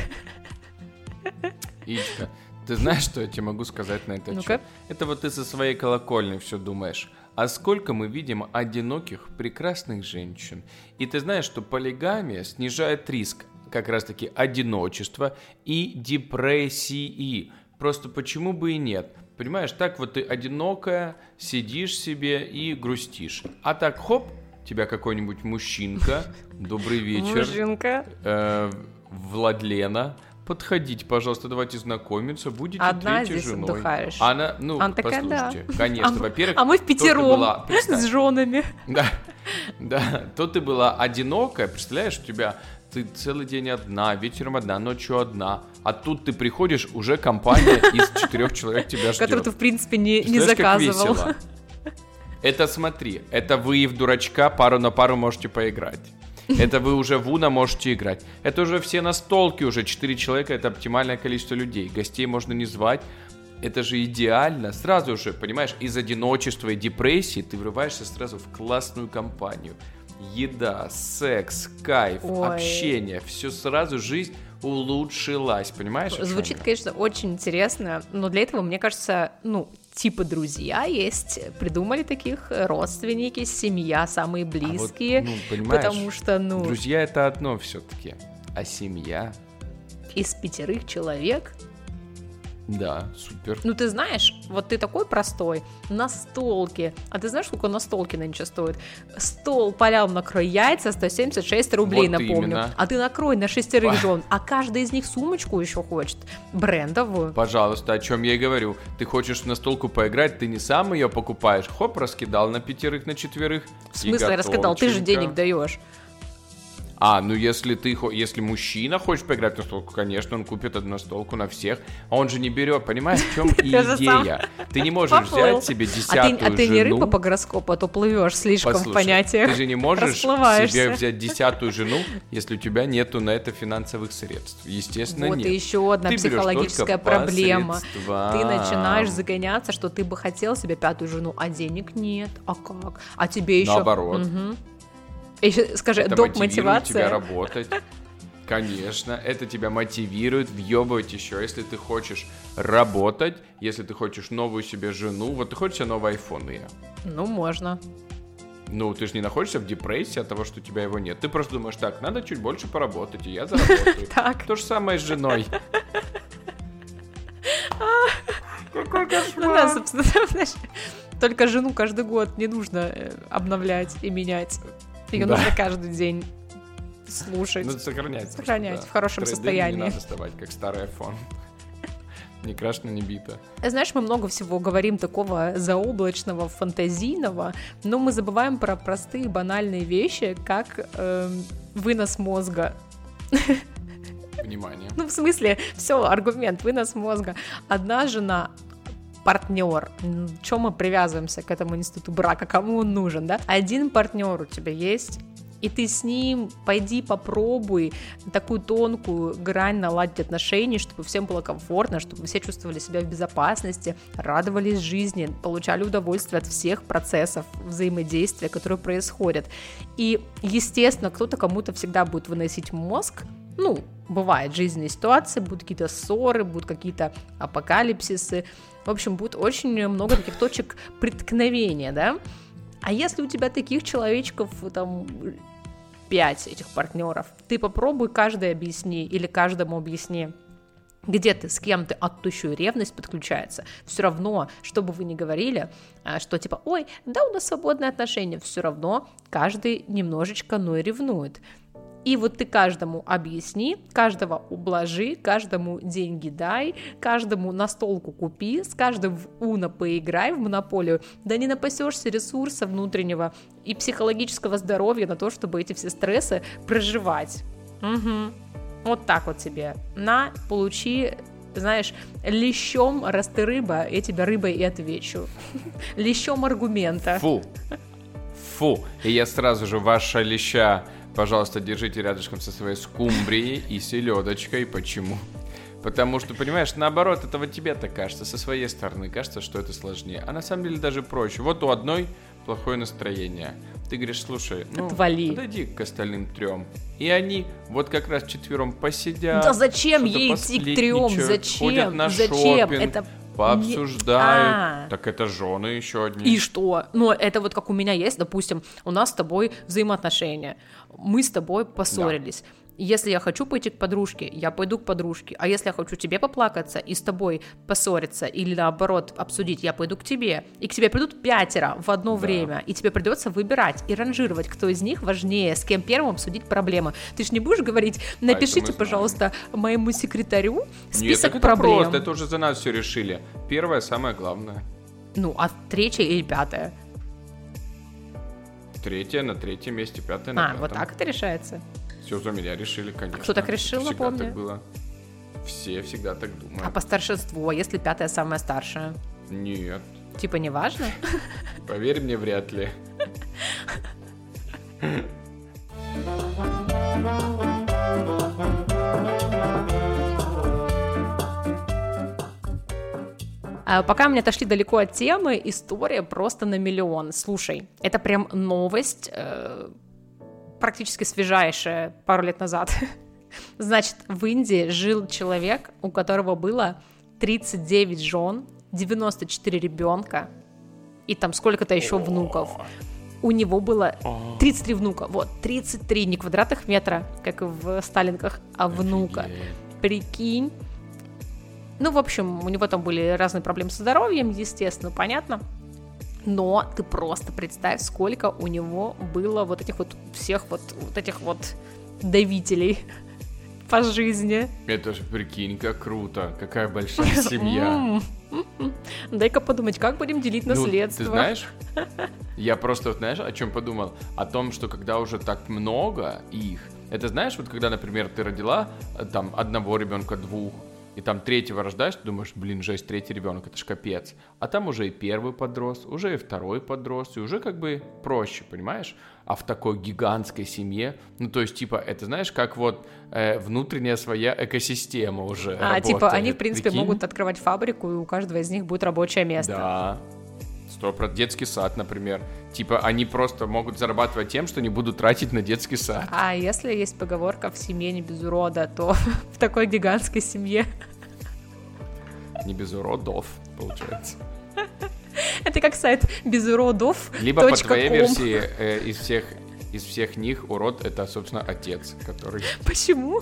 Ичка, ты знаешь, что я тебе могу сказать на этот счет? Это вот ты со своей колокольни все думаешь. А сколько мы видим одиноких, прекрасных женщин. И ты знаешь, что полигамия снижает риск как раз-таки одиночества и депрессии. Просто почему бы и нет? Понимаешь, так вот ты одинокая, сидишь себе и грустишь. А так, хоп, тебя какой-нибудь мужчинка, добрый вечер. Мужчинка. Владлена. Подходите, пожалуйста, давайте знакомиться, будете одна третьей здесь женой. отдыхаешь. Она, такая, послушайте, да. Конечно, во-первых... А мы впятером с женами. Да, то ты была одинокая, представляешь, у тебя... Ты целый день одна, вечером одна, ночью одна. А тут ты приходишь, уже компания из 4 человек тебя ждет. Которую ты, в принципе, не заказывал. Как весело. Это смотри, это вы и в дурачка пару на пару можете поиграть. Это вы уже в Уно можете играть. Это уже все настолки, уже 4 человека, это оптимальное количество людей. Гостей можно не звать. Это же идеально. Сразу же, понимаешь, из одиночества и депрессии ты врываешься сразу в классную компанию. Еда, секс, кайф, общение. Все сразу, жизнь улучшилась. Понимаешь? Звучит, конечно, очень интересно. Но для этого, мне кажется, типа друзья есть, придумали таких, родственники, семья, самые близкие, а вот, понимаешь, потому что, друзья это одно все-таки, а семья... Из 5 человек... Да, супер. Ты знаешь, вот ты такой простой, настолки, а ты знаешь, сколько настолки нынче стоит? Стол полям накрой, яйца 176 рублей, вот напомню. Именно. А ты накрой на 6 жен, а каждый из них сумочку еще хочет, брендовую. Пожалуйста, о чем я и говорю. Ты хочешь в настолку поиграть, ты не сам ее покупаешь, хоп, раскидал на 5, на 4. В смысле раскидал? Ты же денег даешь. Если мужчина хочет поиграть в настолку, конечно, он купит одну настолку на всех, а он же не берет, понимаешь, в чем идея? Ты не можешь взять себе 10-ю жену. А ты не рыба по гороскопу, а то плывешь слишком в понятиях. Ты же не можешь себе взять 10-ю жену, если у тебя нету на это финансовых средств. Естественно, нет. Вот и еще одна психологическая проблема. Ты начинаешь загоняться, что ты бы хотел себе 5-ю жену, а денег нет. А как? А тебе еще... Наоборот. Еще, скажи, это доп. Мотивация. Тебя работать. Конечно, это тебя мотивирует въебывать еще, если ты хочешь работать, если ты хочешь новую себе жену. Вот ты хочешь себе новый iPhone, можно. Ты же не находишься в депрессии от того, что у тебя его нет. Ты просто думаешь, так, надо чуть больше поработать, и я заработаю. Так. То же самое с женой. Какой кошмар. Да, собственно, знаешь, только жену каждый год не нужно обновлять и менять. Ее нужно каждый день слушать. Сохранять. В хорошем состоянии. Не надо вставать, как старый iPhone. Не крашено, не бито. Знаешь, мы много всего говорим такого заоблачного, фантазийного, но мы забываем про простые банальные вещи, как вынос мозга. Внимание. В смысле, все, аргумент, вынос мозга. Одна жена партнер. Чем мы привязываемся к этому институту брака? Кому он нужен, да? Один партнер у тебя есть, и ты с ним пойди попробуй такую тонкую грань наладить отношений, чтобы всем было комфортно, чтобы все чувствовали себя в безопасности, радовались жизни, получали удовольствие от всех процессов взаимодействия, которые происходят. И, естественно, кто-то кому-то всегда будет выносить мозг. Бывают жизненные ситуации, будут какие-то ссоры, будут какие-то апокалипсисы. В общем, будет очень много таких точек преткновения, да? А если у тебя таких человечков, там, 5 этих партнеров, ты попробуй каждый объясни или каждому объясни, где ты, с кем ты, а тут еще и ревность подключается. Все равно, что бы вы ни говорили, что типа, ой, да, у нас свободные отношения, все равно каждый немножечко, и ревнует. И вот ты каждому объясни, каждого ублажи, каждому деньги дай, каждому настолку купи, с каждым в Уно поиграй, в монополию, да не напасешься ресурса внутреннего и психологического здоровья на то, чтобы эти все стрессы проживать. Угу. Вот так вот тебе. На, получи, знаешь, лещом расты рыба, я тебе рыбой и отвечу. Лещом аргумента. Фу. И я сразу же ваша леща, пожалуйста, держите рядышком со своей скумбрией и селедочкой. Почему? Потому что, понимаешь, наоборот, это вот тебе-то кажется, со своей стороны кажется, что это сложнее. А на самом деле даже проще. Вот у одной плохое настроение. Ты говоришь, слушай, подойди к остальным 3. И они вот как раз 4 посидят. Да зачем ей идти к 3? Зачем? Ходят на шопинг. Это... пообсуждают. Так это жены еще одни. И что? Это вот как у меня есть, допустим, у нас с тобой взаимоотношения. Мы с тобой поссорились. Да. Если я хочу пойти к подружке, я пойду к подружке. А если я хочу тебе поплакаться и с тобой поссориться или наоборот обсудить, я пойду к тебе. И к тебе придут 5 в одно время. И тебе придется выбирать и ранжировать, кто из них важнее, с кем первым обсудить проблемы. Ты же не будешь говорить, напишите, пожалуйста, моему секретарю список проблем. Нет, это уже за нас все решили. 1 самое главное. А 3 или 5? 3 на 3 месте, 5 на 5. Вот так это решается? Все за меня решили, конечно. А кто так решил, всегда напомню? Так было. Все всегда так думают. А по старшинству, а если 5 самая старшая? Нет. Типа не важно? Поверь мне, вряд ли. Пока мы отошли далеко от темы, история просто на миллион. Слушай, это прям новость, практически свежайшая, пару лет назад. Значит, в Индии жил человек, у которого было 39 жен, 94 ребенка и там сколько-то еще внуков. У него было 33 внука. 33, не квадратных метра, как в Сталинках, а внука. Прикинь. В общем, у него там были разные проблемы со здоровьем, естественно, понятно. Но ты просто представь, сколько у него было всех этих давителей по жизни. Это же, прикинь, как круто, какая большая семья. Дай-ка подумать, как будем делить наследство. Ты знаешь, я просто, о чем подумал? О том, что когда уже так много их, это знаешь, когда, например, ты родила там 1 ребенка, 2, и там 3-го рождаешь, ты думаешь, жесть, 3-й ребенок, это ж капец. А там уже и 1-й подрос, уже и 2-й подрос, и уже как бы проще, понимаешь? А в такой гигантской семье, то есть, это знаешь, как внутренняя своя экосистема уже работает. Они, в принципе, могут открывать фабрику, и у каждого из них будет рабочее место. Да. 100%. Детский сад, например. Они просто могут зарабатывать тем, что не будут тратить на детский сад. А если есть поговорка «в семье не без урода», то в такой гигантской семье... Не без уродов, получается. Это как сайт безуродов. Либо по твоей версии из всех них урод — это, собственно, отец, который... Почему?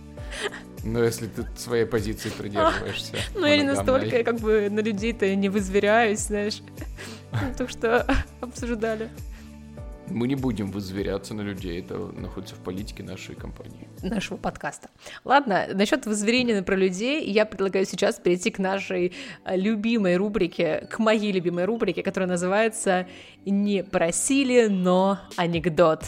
Если ты своей позиции придерживаешься. Я не настолько, на людей-то не возверяюсь, знаешь. Так что обсуждали. Мы не будем воззверяться на людей, это находится в политике нашей компании. Нашего подкаста. Ладно, насчет воззрения про людей я предлагаю сейчас перейти к нашей любимой рубрике, к моей любимой рубрике, которая называется «Не просили, но анекдот».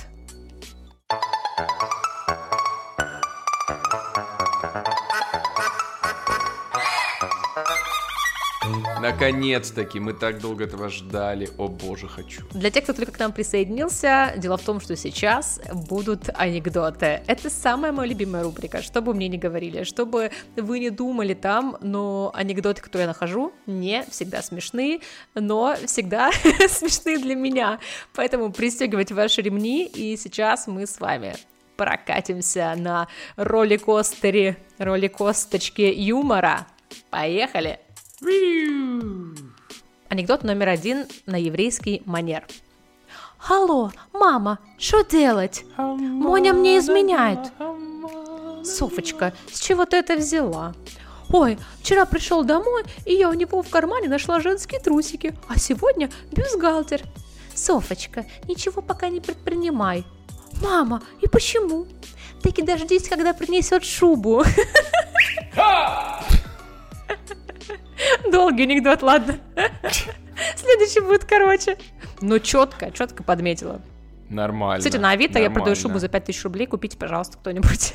Наконец-таки, мы так долго этого ждали. О боже, хочу. Для тех, кто только к нам присоединился, дело в том, что сейчас будут анекдоты. Это самая моя любимая рубрика, что бы мне ни говорили, что бы вы не думали там, но анекдоты, которые я нахожу, не всегда смешные, но всегда смешные для меня. Поэтому пристегивайте ваши ремни, и сейчас мы с вами прокатимся на ролликостере, ролликосточке юмора. Поехали! Анекдот номер 1 на еврейский манер. Алло, мама, что делать? Моня мне изменяет. Софочка, с чего ты это взяла? Ой, вчера пришел домой, и я у него в кармане нашла женские трусики, а сегодня бюстгальтер. Софочка, ничего пока не предпринимай. Мама, и почему? Таки дождись, когда принесет шубу. Долгий анекдот, ладно. Следующий будет короче. Но четко подметила. Нормально. Кстати, на Авито я продаю шубу за 5000 рублей. Купите, пожалуйста, кто-нибудь.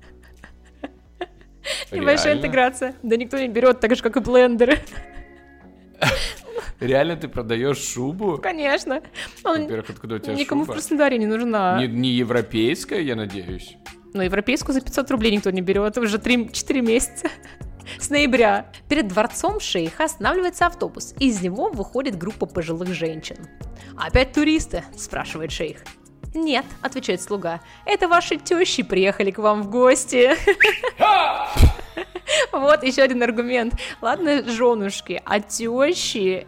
Небольшая интеграция. Да никто не берет, так же, как и блендеры. Реально ты продаешь шубу? Конечно. Во-первых, откуда у тебя никому шуба? В Краснодаре не нужна. Не европейская, я надеюсь. Но европейскую за 500 рублей никто не берет. Уже 4 месяца. С ноября. Перед дворцом шейха останавливается автобус. Из него выходит группа пожилых женщин. «Опять туристы?» – спрашивает шейх. «Нет», – отвечает слуга. «Это ваши тещи приехали к вам в гости». Вот еще один аргумент. Ладно, женушки, а тещи...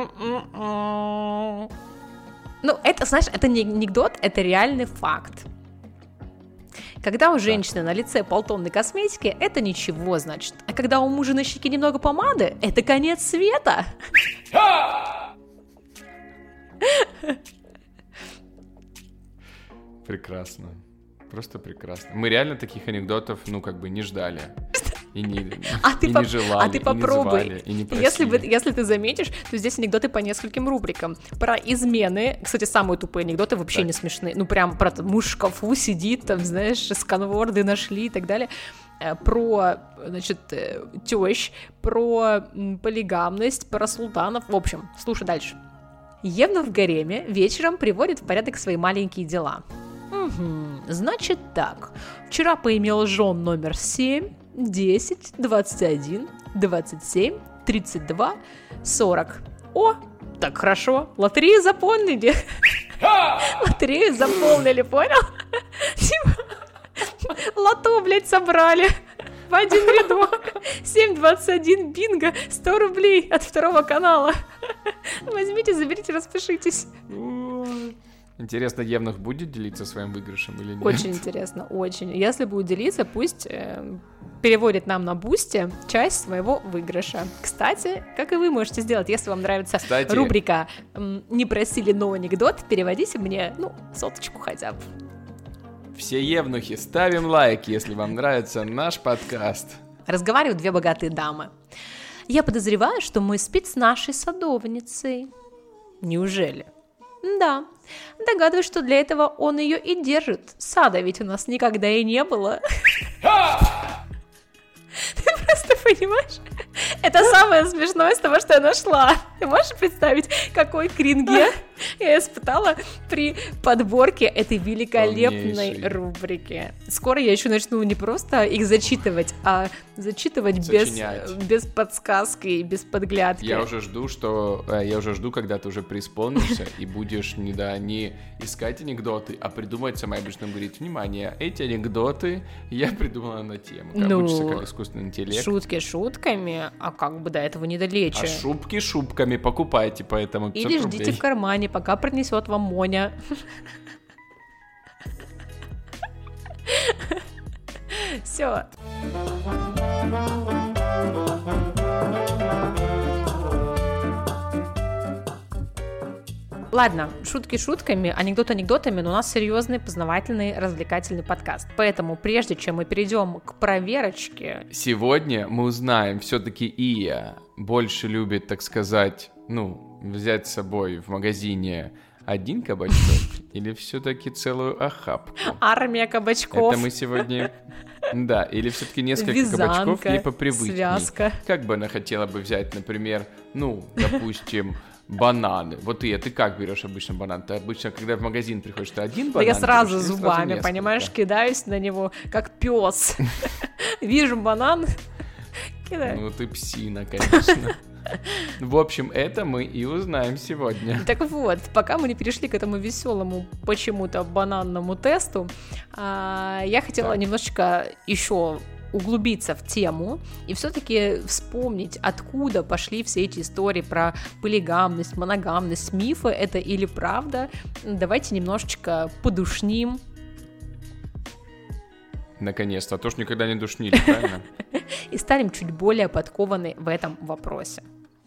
Ну, это, знаешь, это не анекдот, это реальный факт. Когда у женщины на лице полтонны косметики, это ничего, значит. А когда у мужа на щеке немного помады, это конец света. Прекрасно. Просто прекрасно. Мы реально таких анекдотов, не ждали. И не желали, а ты попробуй. И не звали, и не просили. Если ты заметишь, то здесь анекдоты по нескольким рубрикам. Про измены, кстати, самые тупые анекдоты вообще не смешные. Ну, прям про муж в шкафу сидит, там, знаешь, сканворды нашли и так далее. Про, значит, тещ, про полигамность, про султанов. В общем, слушай дальше. Евнух в гареме вечером приводит в порядок свои маленькие дела. Значит так. Вчера поимел жен номер 7, 10, 21, 27, 32, 40. О, так хорошо, лотерею заполнили. Лотерею заполнили, понял? Лото, блядь, собрали в один рядок. 7,21 бинго, 100 рублей от второго канала. Возьмите, заберите, распишитесь. Интересно, Евнух будет делиться своим выигрышем или нет? Очень интересно, очень. Если будет делиться, пусть переводит нам на Бусти часть своего выигрыша. Кстати, как и вы можете сделать, если вам нравится рубрика «Не просили, но анекдот», переводите мне, 100 хотя бы. Все евнухи, ставим лайк, если вам нравится наш подкаст. Разговаривают две богатые дамы. Я подозреваю, что мой спит с нашей садовницей. Неужели? Да, догадываюсь, что для этого он ее и держит. Сада ведь у нас никогда и не было. Ты просто понимаешь? Это самое смешное из того, что я нашла. Ты можешь представить, какой кринге я испытала при подборке этой великолепной рубрики? Скоро я еще начну не просто их зачитывать, а зачитывать без подсказки и без подглядки. Я уже жду, когда ты уже преисполнишься и будешь не искать анекдоты, а придумать сама. Я будешь нам говорить: внимание, эти анекдоты я придумала на тему. Как учится, как искусственный интеллект. Шутки шутками, а как бы до этого недалече. А шубки шубками покупайте, поэтому 500 или ждите в кармане, пока принесет вам Моня. Все. Ладно, шутки шутками, анекдот анекдотами, но у нас серьезный, познавательный, развлекательный подкаст. Поэтому, прежде чем мы перейдем к проверочке... Сегодня мы узнаем, все-таки Ия больше любит, так сказать, взять с собой в магазине один кабачок или все-таки целую охапку? Армия кабачков. Это мы сегодня Да, или все-таки несколько Вязанка, кабачков ей попривычней. связка. Как бы она хотела бы взять, например, допустим, бананы. Вот ты как берешь обычно банан? Ты обычно, когда в магазин приходишь, ты один банан Да я сразу берешь, или зубами, несколько? понимаешь, кидаюсь на него, как пес. Вижу банан, кидаю. Ну ты псина, конечно. В общем, это мы и узнаем сегодня. Так вот, пока мы не перешли к этому веселому почему-то бананному тесту, я хотела немножечко еще углубиться в тему и все-таки вспомнить, откуда пошли все эти истории про полигамность, моногамность, мифы это или правда. Давайте немножечко подушним. Наконец-то, а то ж никогда не душнили, правильно? И станем чуть более подкованы в этом вопросе.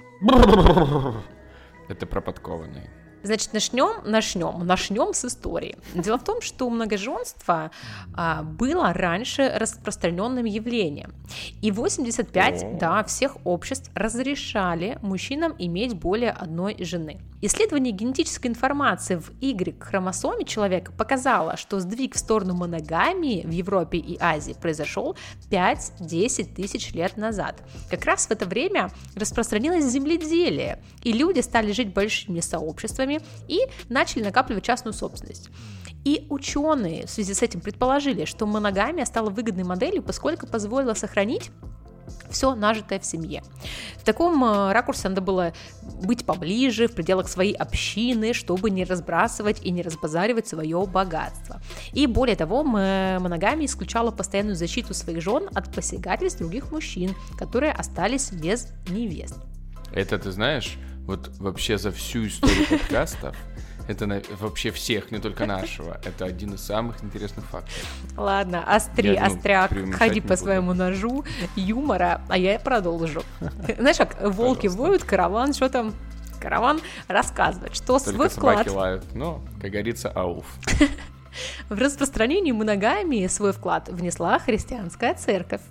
Это про подкованные. Значит, начнем с истории. Дело в том, что многоженство было раньше распространенным явлением. И 85, всех обществ разрешали мужчинам иметь более одной жены. Исследование генетической информации в Y-хромосоме человека показало, что сдвиг в сторону моногамии в Европе и Азии произошел 5-10 тысяч лет назад. Как раз в это время распространилось земледелие, и люди стали жить большими сообществами и начали накапливать частную собственность. И ученые в связи с этим предположили, что моногамия стала выгодной моделью, поскольку позволила сохранить все нажитое в семье. В таком ракурсе надо было быть поближе, в пределах своей общины, чтобы не разбрасывать и не разбазаривать свое богатство. И более того, моногамия исключала постоянную защиту своих жен от посягательств других мужчин, которые остались без невест. Это ты знаешь, вот вообще за всю историю подкастов, это вообще всех, не только нашего. Это один из самых интересных фактов. Ладно, остряк, ходи по своему ножу юмора, а я продолжу. Знаешь, как волки воют, караван, что там? Караван рассказывает, что только свой вклад... собаки лают, но, как говорится, ауф. В распространении моногамии свой вклад внесла христианская церковь.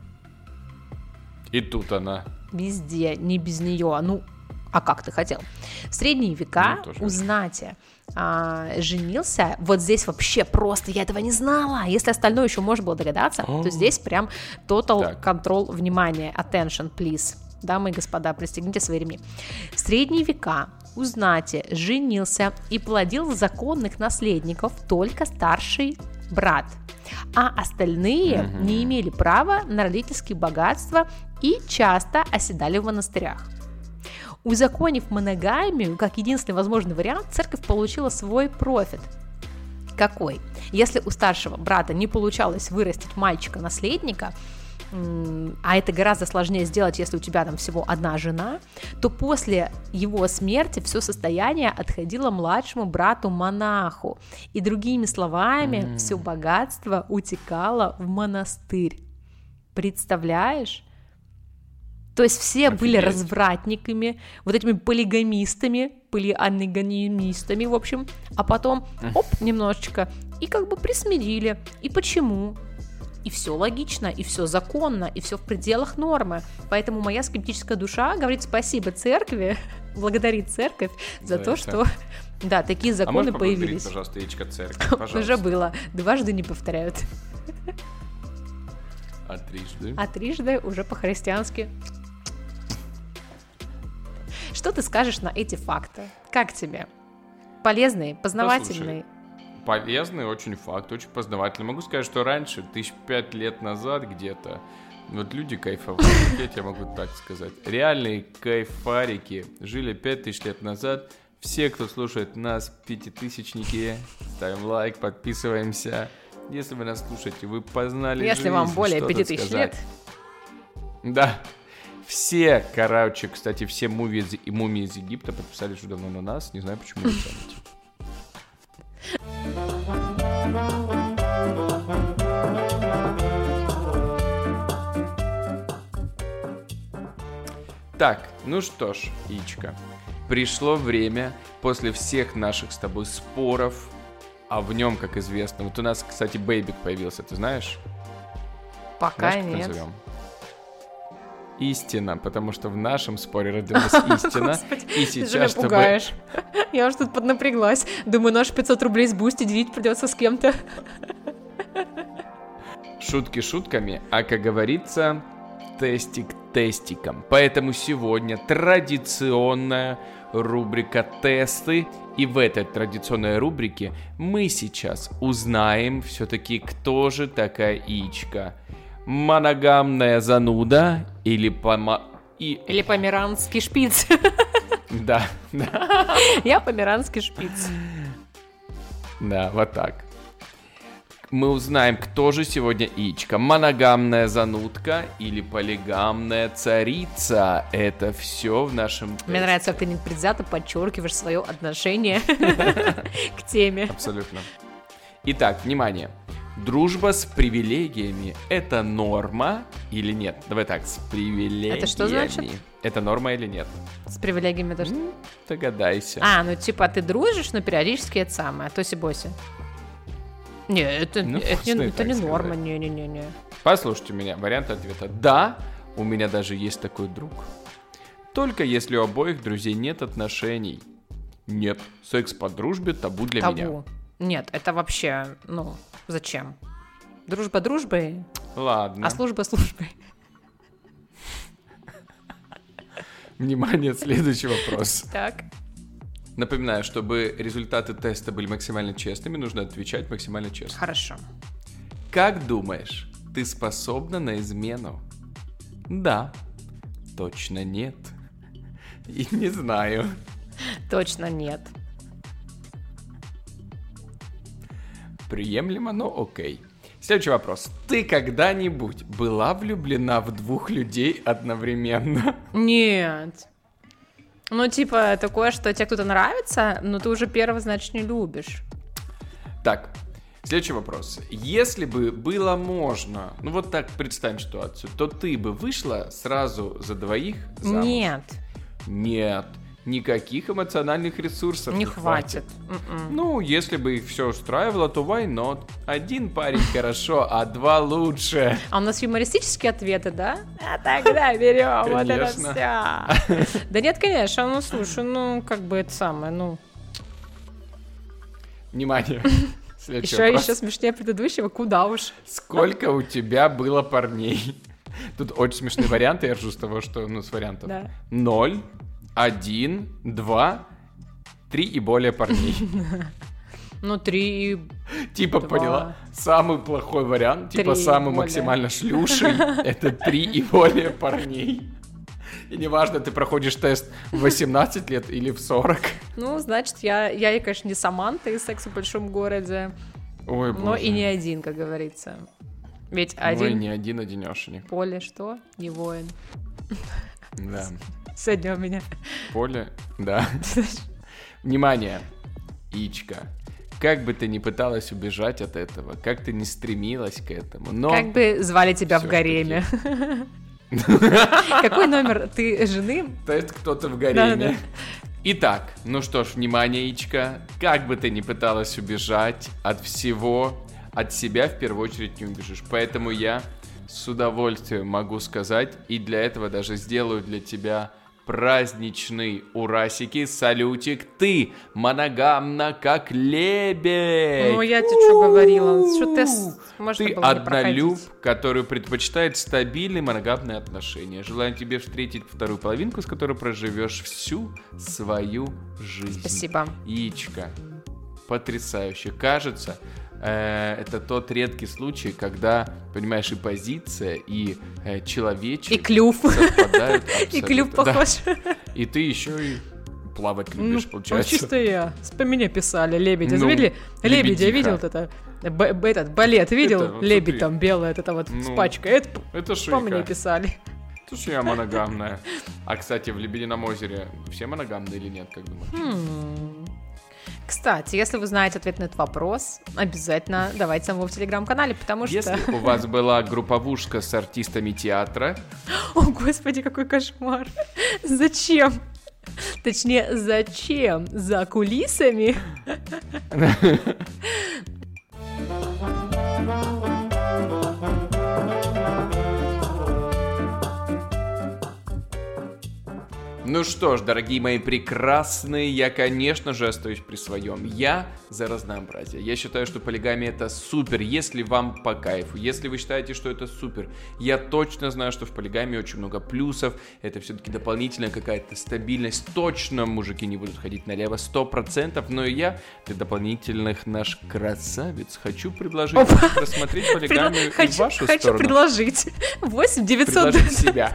И тут она. Везде, не без нее. Ну, а как ты хотел? В средние века у знати женился, вот здесь вообще просто, я этого не знала, если остальное еще можно было догадаться, то здесь прям total control внимания, attention, please, дамы и господа, пристегните свои ремни. В средние века у знати женился и плодил законных наследников только старший брат, а остальные не имели права на родительские богатства и часто оседали в монастырях. Узаконив моногамию как единственный возможный вариант, церковь получила свой профит. Какой? Если у старшего брата не получалось вырастить мальчика-наследника, а это гораздо сложнее сделать, если у тебя там всего одна жена, то после его смерти все состояние отходило младшему брату-монаху. И другими словами, все богатство утекало в монастырь. Представляешь? То есть все были развратниками, вот этими полигамистами, полианагонимистами, в общем, а потом, немножечко, и как бы присмирили. И почему? И все логично, и все законно, и все в пределах нормы. Поэтому моя скептическая душа говорит спасибо церкви, благодарит церковь за то, что такие законы появились. Пожалуйста, яичко церкви, пожалуйста. Уже было, дважды не повторяют. А трижды? А трижды уже по-христиански. Что ты скажешь на эти факты? Как тебе? Полезные, познавательные? Послушай, полезный очень факт, очень познавательный. Могу сказать, что раньше, 5 лет назад где-то, вот люди кайфовали, я тебе могу так сказать. Реальные кайфарики жили 5000 лет назад. Все, кто слушает нас, пятитысячники, ставим лайк, подписываемся. Если вы нас слушаете, вы познали Если жизнь, вам более 5000 лет. Да. Все, кстати, все мумии из Египта подписались уже давно на нас. Не знаю, почему не тянете. Так, ну что ж, Ичка, пришло время после всех наших с тобой споров, а в нем, как известно, вот у нас, кстати, бейбик появился, ты знаешь? Пока знаешь, нет. Как назовем? Истина, потому что в нашем споре родилась истина. И сейчас, ты же меня пугаешь. Я уж тут поднапряглась. Думаю, наши 500 рублей с Бусти делить придется с кем-то. Шутки шутками, а, как говорится, тестик тестиком. Поэтому сегодня традиционная рубрика «Тесты». И в этой традиционной рубрике мы сейчас узнаем все-таки, кто же такая яичко. Моногамная зануда или Или померанский шпиц. Да. Я померанский шпиц. Да, вот так. Мы узнаем, кто же сегодня яичко. Моногамная занудка или полигамная царица. Это все в нашем тесте. Мне нравится, как ты непредвзято подчеркиваешь свое отношение к теме. Абсолютно. Итак, внимание. Дружба с привилегиями – это норма или нет? Давай так, с привилегиями. Это что значит? Это норма или нет? С привилегиями это что? Догадайся. Ну типа ты дружишь, но периодически это самое, тоси-боси. Нет, это не норма, не-не-не. Послушайте меня, вариант ответа. Да, у меня даже есть такой друг. Только если у обоих друзей нет отношений. Нет, секс по дружбе табу для меня. Нет, это вообще, зачем? Дружба дружбой, Ладно. а служба службой. Внимание, следующий вопрос. Так. Напоминаю, чтобы результаты теста были максимально честными, нужно отвечать максимально честно. Хорошо. Как думаешь, ты способна на измену? Да. Точно нет. И не знаю. Точно нет. Приемлемо, но окей. Следующий вопрос. Ты когда-нибудь была влюблена в двух людей одновременно? Нет. Такое, что тебе кто-то нравится, но ты уже первого, значит, не любишь. Так, следующий вопрос. Если бы было можно, вот так представим ситуацию, то ты бы вышла сразу за двоих замуж? Нет. Нет. Никаких эмоциональных ресурсов не хватит. Если бы их все устраивало, то why not? Один парень хорошо, а два лучше. А у нас юмористические ответы, да? А тогда берем вот это все. Да нет, конечно, слушай, это самое, Внимание. Еще смешнее предыдущего, куда уж. Сколько у тебя было парней? Тут очень смешные варианты, я ржу с того, что, с вариантов. Да. 0, 1, 2, 3 и более парней. 3 и... Типа, 2. поняла? Самый плохой вариант, самый максимально шлюший, это 3 и более парней. И неважно, ты проходишь тест в 18 лет или в 40. Значит, я, конечно, не Саманта из «Секса в большом городе», Ой, боже. но и не один, как говорится. Ведь и не одинешенек. Поле что? Не воин. Да. Сегодня у меня. Поле, да. Внимание, яичко. Как бы ты ни пыталась убежать от этого, как ты ни стремилась к этому, но... Как бы звали тебя в гареме. Какой номер? Ты жены? Тест кто-то в гареме. Итак, что ж, внимание, яичко. Как бы ты ни пыталась убежать от всего, от себя в первую очередь не убежишь. Поэтому я с удовольствием могу сказать, и для этого даже сделаю для тебя праздничный урасики, салютик. Ты моногамна, как лебедь. Я тебе что говорила? Что тест можно Ты было не однолюб, проходить. который предпочитает стабильные моногамные отношения. Желаю тебе встретить вторую половинку, с которой проживешь всю свою жизнь. Спасибо. Яичко. Потрясающе. Кажется, это тот редкий случай, когда, понимаешь, и позиция, и человечек и клюв. совпадают абсолютно. И клюв похож. Да. И ты еще и плавать любишь, получается. Чисто я. По мне писали лебедя. Видели? Лебедя видел это? Этот балет видел? Лебедь там белая, это вот с пачкой. Это по мне писали. Слушай, я моногамная. А, кстати, в Лебедином озере все моногамные или нет, как думаешь? Кстати, если вы знаете ответ на этот вопрос, обязательно давайте его в телеграм-канале, потому что... Если у вас была групповушка с артистами театра... О, господи, какой кошмар! Зачем? Точнее, зачем? За кулисами? Ну что ж, дорогие мои прекрасные, я, конечно же, остаюсь при своем. Я за разнообразие. Я считаю, что полигамия это супер, если вам по кайфу. Если вы считаете, что это супер, я точно знаю, что в полигамии очень много плюсов. Это все-таки дополнительная какая-то стабильность. Точно мужики не будут ходить налево 100%. Но и я для дополнительных наш красавец хочу предложить рассмотреть полигамию и в вашу сторону. Хочу предложить 8900. Предложить себя.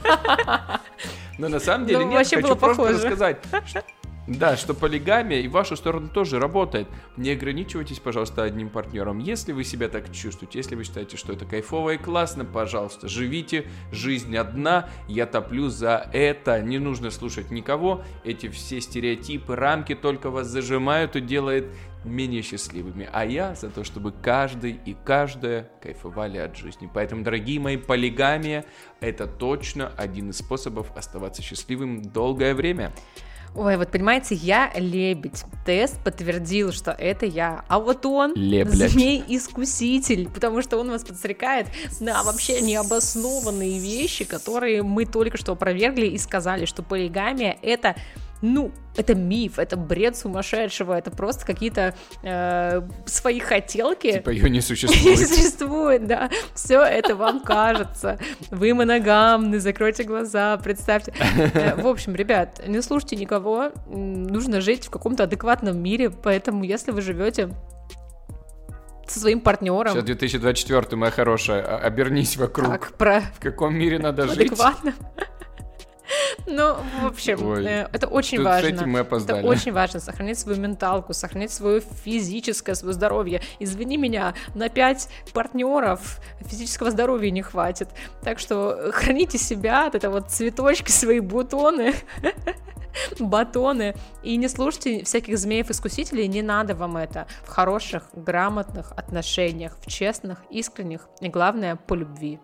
Но на самом деле нет, хочу просто рассказать, да, что полигамия и в вашу сторону тоже работает. Не ограничивайтесь, пожалуйста, одним партнером. Если вы себя так чувствуете, если вы считаете, что это кайфово и классно, пожалуйста, живите, жизнь одна, я топлю за это. Не нужно слушать никого, эти все стереотипы, рамки только вас зажимают и делают менее счастливыми. А я за то, чтобы каждый и каждая кайфовали от жизни. Поэтому, дорогие мои, полигамия — это точно один из способов оставаться счастливым долгое время. Ой, вот понимаете, я лебедь. Тест подтвердил, что это я. А вот он змей-искуситель, потому что он вас подстрекает на вообще необоснованные вещи, которые мы только что опровергли и сказали, что полигамия — это... это миф, это бред сумасшедшего, это просто какие-то свои хотелки. Типа ее не существует. Не существует, да. Все это вам кажется. Вы моногамны, закройте глаза, представьте. В общем, ребят, не слушайте никого, нужно жить в каком-то адекватном мире, поэтому если вы живете со своим партнером. Сейчас 2024, моя хорошая, обернись вокруг. В каком мире надо жить? Адекватно. Ну, в общем, это очень важно. С этим мы опоздали. Это очень важно, сохранять свою менталку, сохранять свое физическое, свое здоровье. Извини меня, на 5 партнеров физического здоровья не хватит. Так что храните себя, это вот цветочки, свои бутоны, батоны. И не слушайте всяких змеев-искусителей, не надо вам это. В хороших, грамотных отношениях, в честных, искренних и, главное, по любви.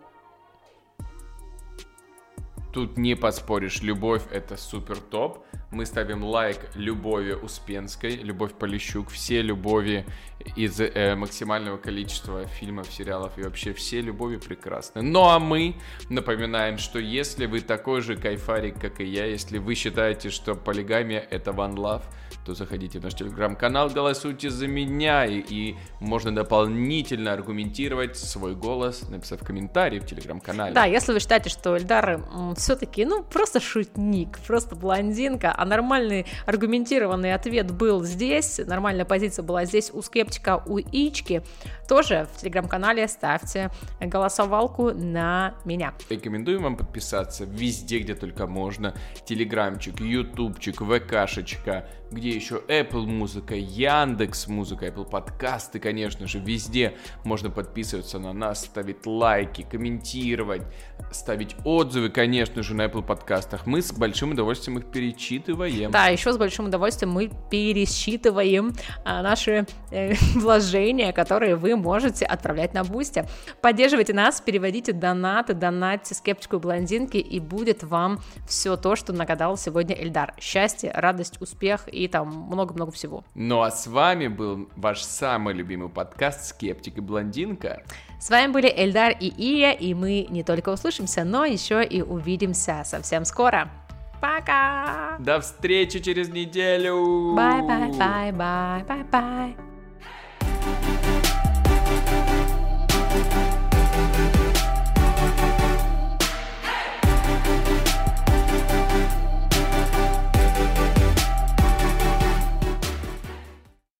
Тут не поспоришь, любовь — это супер топ. Мы ставим лайк Любови Успенской, Любовь Полищук, все любови из максимального количества фильмов, сериалов и вообще все любови прекрасны. Ну а мы напоминаем, что если вы такой же кайфарик, как и я, если вы считаете, что полигамия — это one love, то заходите в наш телеграм-канал, голосуйте за меня, и можно дополнительно аргументировать свой голос, написав комментарий в телеграм-канале. Да, если вы считаете, что Эльдар все-таки, просто шутник, просто блондинка, а нормальный аргументированный ответ был здесь, нормальная позиция была здесь у скептика, у Ички, тоже в телеграм-канале ставьте голосовалку на меня. Рекомендуем вам подписаться везде, где только можно. Телеграмчик, ютубчик, ВКшечка, где еще Apple Музыка, Яндекс Музыка, Apple Подкасты, конечно же, везде можно подписываться на нас, ставить лайки, комментировать, ставить отзывы, конечно же, на Apple Подкастах. Мы с большим удовольствием их перечитываем. Да, еще с большим удовольствием мы пересчитываем наши вложения, которые вы можете отправлять на Бусти. Поддерживайте нас, переводите донаты, донатьте скептику и блондинке, и будет вам все то, что нагадал сегодня Эльдар. Счастье, радость, успех и там много-много всего. Ну а с вами был ваш самый любимый подкаст «Скептик и блондинка». С вами были Эльдар и Ия, и мы не только услышимся, но еще и увидимся совсем скоро. Пока! До встречи через неделю! Bye.